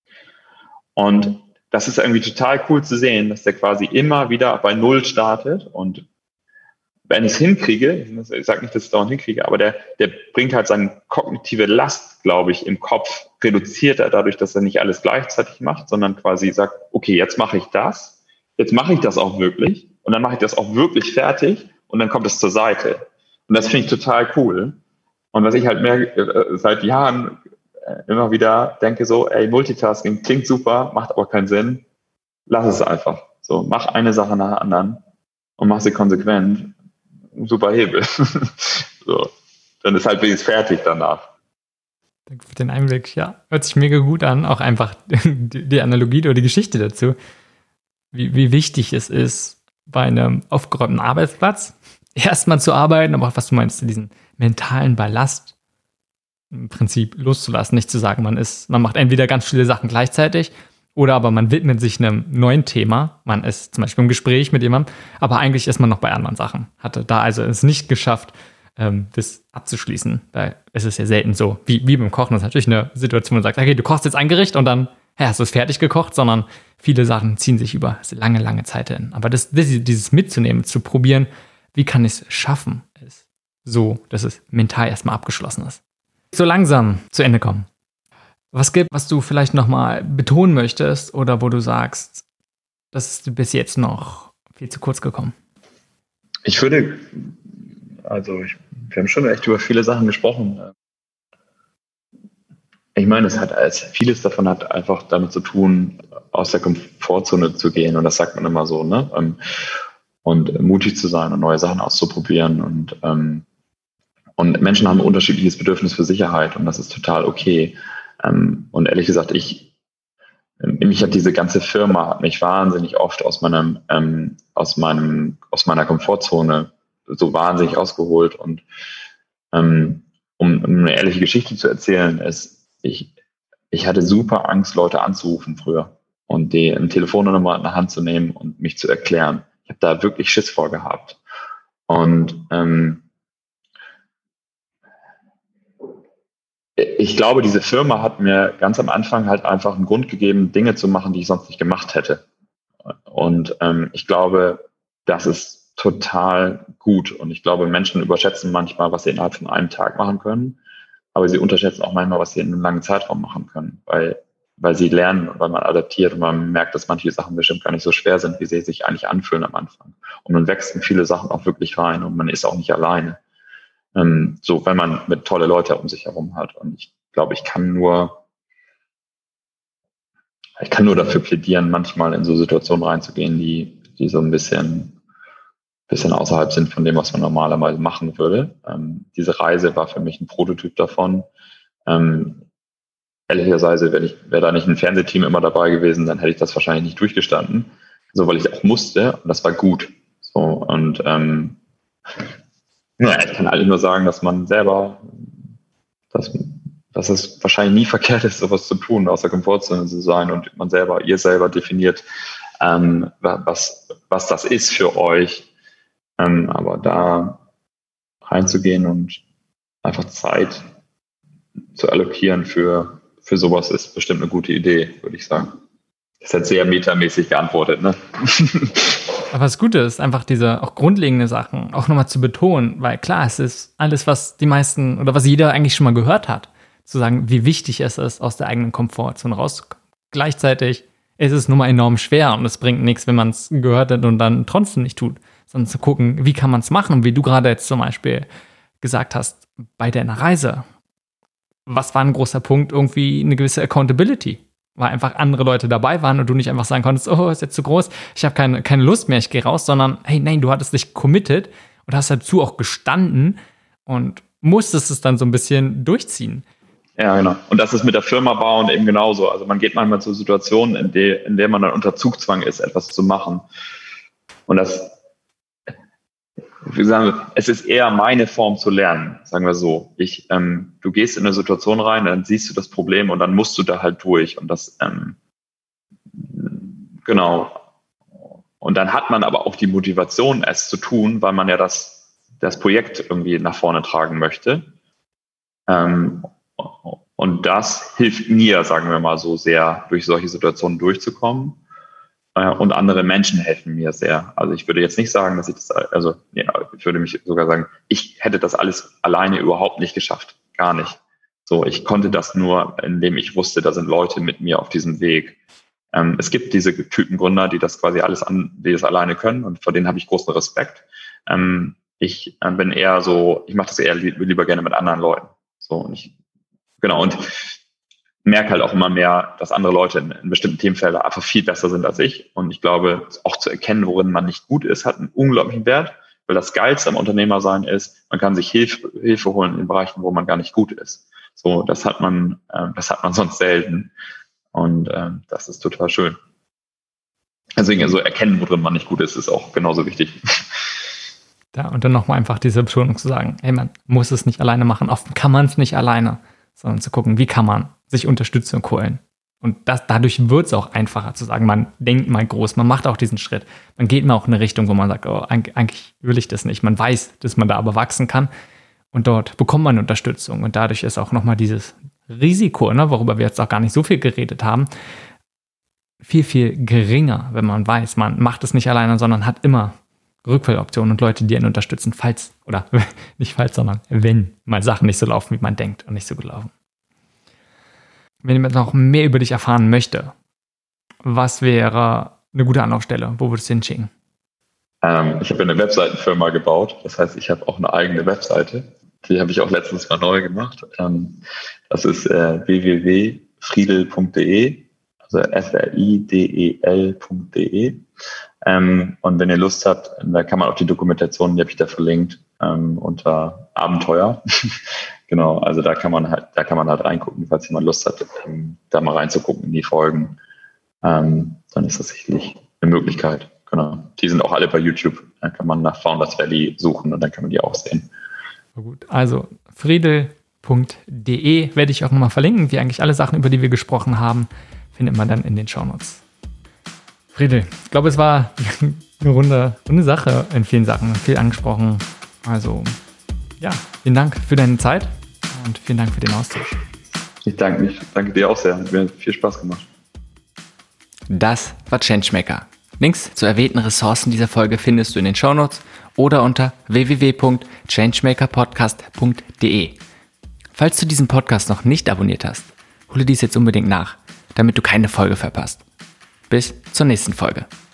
Und das ist irgendwie total cool zu sehen, dass der quasi immer wieder bei Null startet, und wenn ich es hinkriege, ich sage nicht, dass ich es dauernd hinkriege, aber der, der bringt halt seine kognitive Last, glaube ich, im Kopf, reduziert er dadurch, dass er nicht alles gleichzeitig macht, sondern quasi sagt, okay, jetzt mache ich das, jetzt mache ich das auch wirklich, und dann mache ich das auch wirklich fertig, und dann kommt es zur Seite. Und das finde ich total cool. Und was ich halt mehr äh, seit Jahren äh, immer wieder denke, so, ey, Multitasking klingt super, macht aber keinen Sinn, lass es einfach. So, mach eine Sache nach der anderen und mach sie konsequent. Super Hebel. So, dann ist halt wenigstens fertig danach. Danke für den Einblick. Ja, hört sich mega gut an. Auch einfach die, die Analogie oder die Geschichte dazu, wie, wie wichtig es ist, bei einem aufgeräumten Arbeitsplatz erstmal zu arbeiten, aber auch, was du meinst, diesen mentalen Ballast im Prinzip loszulassen. Nicht zu sagen, man ist, man macht entweder ganz viele Sachen gleichzeitig, oder aber man widmet sich einem neuen Thema. Man ist zum Beispiel im Gespräch mit jemandem, aber eigentlich ist man noch bei anderen Sachen. Hatte da also es nicht geschafft, ähm, das abzuschließen. Weil es ist ja selten so, wie, wie beim Kochen. Das ist natürlich eine Situation, wo man sagt, okay, du kochst jetzt ein Gericht und dann ja, hast du es fertig gekocht, sondern viele Sachen ziehen sich über lange, lange Zeit hin. Aber das, das, dieses mitzunehmen, zu probieren, wie kann ich es schaffen, ist so, dass es mental erstmal abgeschlossen ist. So langsam zu Ende kommen. Was gibt, was du vielleicht nochmal betonen möchtest oder wo du sagst, das ist bis jetzt noch viel zu kurz gekommen? Ich würde, also ich, wir haben schon echt über viele Sachen gesprochen. Ich meine, es hat als vieles davon hat einfach damit zu tun, aus der Komfortzone zu gehen, und das sagt man immer so, ne? Und mutig zu sein und neue Sachen auszuprobieren, und und Menschen haben ein unterschiedliches Bedürfnis für Sicherheit, und das ist total okay. Ähm, und ehrlich gesagt, ich, mich hat diese ganze Firma hat mich wahnsinnig oft aus meinem, ähm, aus meinem, aus meiner Komfortzone so wahnsinnig rausgeholt. Und ähm, um, um eine ehrliche Geschichte zu erzählen, ist, ich, ich hatte super Angst, Leute anzurufen früher und die eine Telefonnummer in der Hand zu nehmen und mich zu erklären. Ich habe da wirklich Schiss vor gehabt. Und ähm, ich glaube, diese Firma hat mir ganz am Anfang halt einfach einen Grund gegeben, Dinge zu machen, die ich sonst nicht gemacht hätte. Und ähm, ich glaube, das ist total gut. Und ich glaube, Menschen überschätzen manchmal, was sie innerhalb von einem Tag machen können, aber sie unterschätzen auch manchmal, was sie in einem langen Zeitraum machen können, weil, weil sie lernen und weil man adaptiert und man merkt, dass manche Sachen bestimmt gar nicht so schwer sind, wie sie sich eigentlich anfühlen am Anfang. Und man wächst in viele Sachen auch wirklich rein und man ist auch nicht alleine. Ähm, so, wenn man mit tolle Leute um sich herum hat. Und ich glaube, ich kann nur, ich kann nur dafür plädieren, manchmal in so Situationen reinzugehen, die, die so ein bisschen, bisschen außerhalb sind von dem, was man normalerweise machen würde. Ähm, diese Reise war für mich ein Prototyp davon. Ähm, ehrlicherweise, wenn ich, wäre da nicht ein Fernsehteam immer dabei gewesen, dann hätte ich das wahrscheinlich nicht durchgestanden. So, weil ich auch musste und das war gut. So, und, ähm, ja, ich kann eigentlich nur sagen, dass man selber, dass, dass es wahrscheinlich nie verkehrt ist, sowas zu tun, aus der Komfortzone zu sein und man selber, ihr selber definiert, ähm, was, was das ist für euch. Ähm, aber da reinzugehen und einfach Zeit zu allokieren für, für sowas ist bestimmt eine gute Idee, würde ich sagen. Das ist jetzt sehr metamäßig geantwortet, ne? Aber das Gute ist einfach diese auch grundlegende Sachen auch nochmal zu betonen, weil klar, es ist alles, was die meisten oder was jeder eigentlich schon mal gehört hat, zu sagen, wie wichtig es ist, aus der eigenen Komfortzone rauszukommen. Gleichzeitig ist es nun mal enorm schwer und es bringt nichts, wenn man es gehört hat und dann trotzdem nicht tut, sondern zu gucken, wie kann man es machen und wie du gerade jetzt zum Beispiel gesagt hast, bei deiner Reise. Was war ein großer Punkt? Irgendwie eine gewisse Accountability. Weil einfach andere Leute dabei waren und du nicht einfach sagen konntest, oh, ist jetzt zu groß, ich habe keine, keine Lust mehr, ich gehe raus, sondern hey, nein, du hattest dich committed und hast dazu auch gestanden und musstest es dann so ein bisschen durchziehen. Ja, genau. Und das ist mit der Firma bauen eben genauso. Also man geht manchmal zu Situationen, in der, in der man dann unter Zugzwang ist, etwas zu machen. Und das, wie sagen wir, es ist eher meine Form zu lernen, sagen wir so. Ich, ähm, du gehst in eine Situation rein, dann siehst du das Problem und dann musst du da halt durch. Und das, ähm, genau. Und dann hat man aber auch die Motivation, es zu tun, weil man ja das, das Projekt irgendwie nach vorne tragen möchte. Ähm, und das hilft mir, sagen wir mal so, sehr, durch solche Situationen durchzukommen. Und andere Menschen helfen mir sehr. Also ich würde jetzt nicht sagen, dass ich das, also ja, ich würde mich sogar sagen, ich hätte das alles alleine überhaupt nicht geschafft. Gar nicht. So, ich konnte das nur, indem ich wusste, da sind Leute mit mir auf diesem Weg. Ähm, es gibt diese Typen Gründer, die das quasi alles an, die das alleine können und vor denen habe ich großen Respekt. Ähm, ich äh, bin eher so, ich mache das eher li- lieber gerne mit anderen Leuten. So, und ich, genau, und merke halt auch immer mehr, dass andere Leute in, in bestimmten Themenfeldern einfach viel besser sind als ich. Und ich glaube, auch zu erkennen, worin man nicht gut ist, hat einen unglaublichen Wert, weil das Geilste am Unternehmersein ist, man kann sich Hilfe, Hilfe holen in Bereichen, wo man gar nicht gut ist. So, das hat man, äh, das hat man sonst selten. Und äh, das ist total schön. Deswegen, also erkennen, worin man nicht gut ist, ist auch genauso wichtig. Ja, und dann nochmal einfach diese Betonung zu sagen, hey, man muss es nicht alleine machen, oft kann man es nicht alleine, sondern zu gucken, wie kann man sich Unterstützung holen. Und das, dadurch wird es auch einfacher zu sagen, man denkt mal groß, man macht auch diesen Schritt. Man geht mal auch in eine Richtung, wo man sagt, oh, eigentlich will ich das nicht. Man weiß, dass man da aber wachsen kann und dort bekommt man Unterstützung. Und dadurch ist auch nochmal dieses Risiko, ne, worüber wir jetzt auch gar nicht so viel geredet haben, viel, viel geringer, wenn man weiß, man macht es nicht alleine, sondern hat immer Rückfalloptionen und Leute, die einen unterstützen, falls, oder nicht falls, sondern wenn mal Sachen nicht so laufen, wie man denkt und nicht so gelaufen. Wenn jemand noch mehr über dich erfahren möchte, was wäre eine gute Anlaufstelle? Wo würdest du hinschicken? Ähm, ich habe eine Webseitenfirma gebaut. Das heißt, ich habe auch eine eigene Webseite. Die habe ich auch letztens mal neu gemacht. Ähm, das ist äh, w w w punkt friedel punkt d e, also f r i d e l punkt d e. Ähm, und wenn ihr Lust habt, da kann man auch die Dokumentation, die habe ich da verlinkt, ähm, unter Abenteuer. Genau, also da kann man halt, da kann man halt reingucken, falls jemand Lust hat, ähm, da mal reinzugucken in die Folgen. Ähm, dann ist das sicherlich eine Möglichkeit. Genau. Die sind auch alle bei YouTube. Da kann man nach Founders Valley suchen und dann kann man die auch sehen. Gut, also friedel punkt de werde ich auch nochmal verlinken, wie eigentlich alle Sachen, über die wir gesprochen haben, findet man dann in den Shownotes. Friedel, ich glaube, es war eine runde, runde Sache in vielen Sachen, viel angesprochen. Also ja, vielen Dank für deine Zeit und vielen Dank für den Austausch. Ich danke mich, danke dir auch sehr. Hat mir viel Spaß gemacht. Das war Changemaker. Links zu erwähnten Ressourcen dieser Folge findest du in den Shownotes oder unter w w w punkt changemakerpodcast punkt de. Falls du diesen Podcast noch nicht abonniert hast, hole dies jetzt unbedingt nach, damit du keine Folge verpasst. Bis zur nächsten Folge.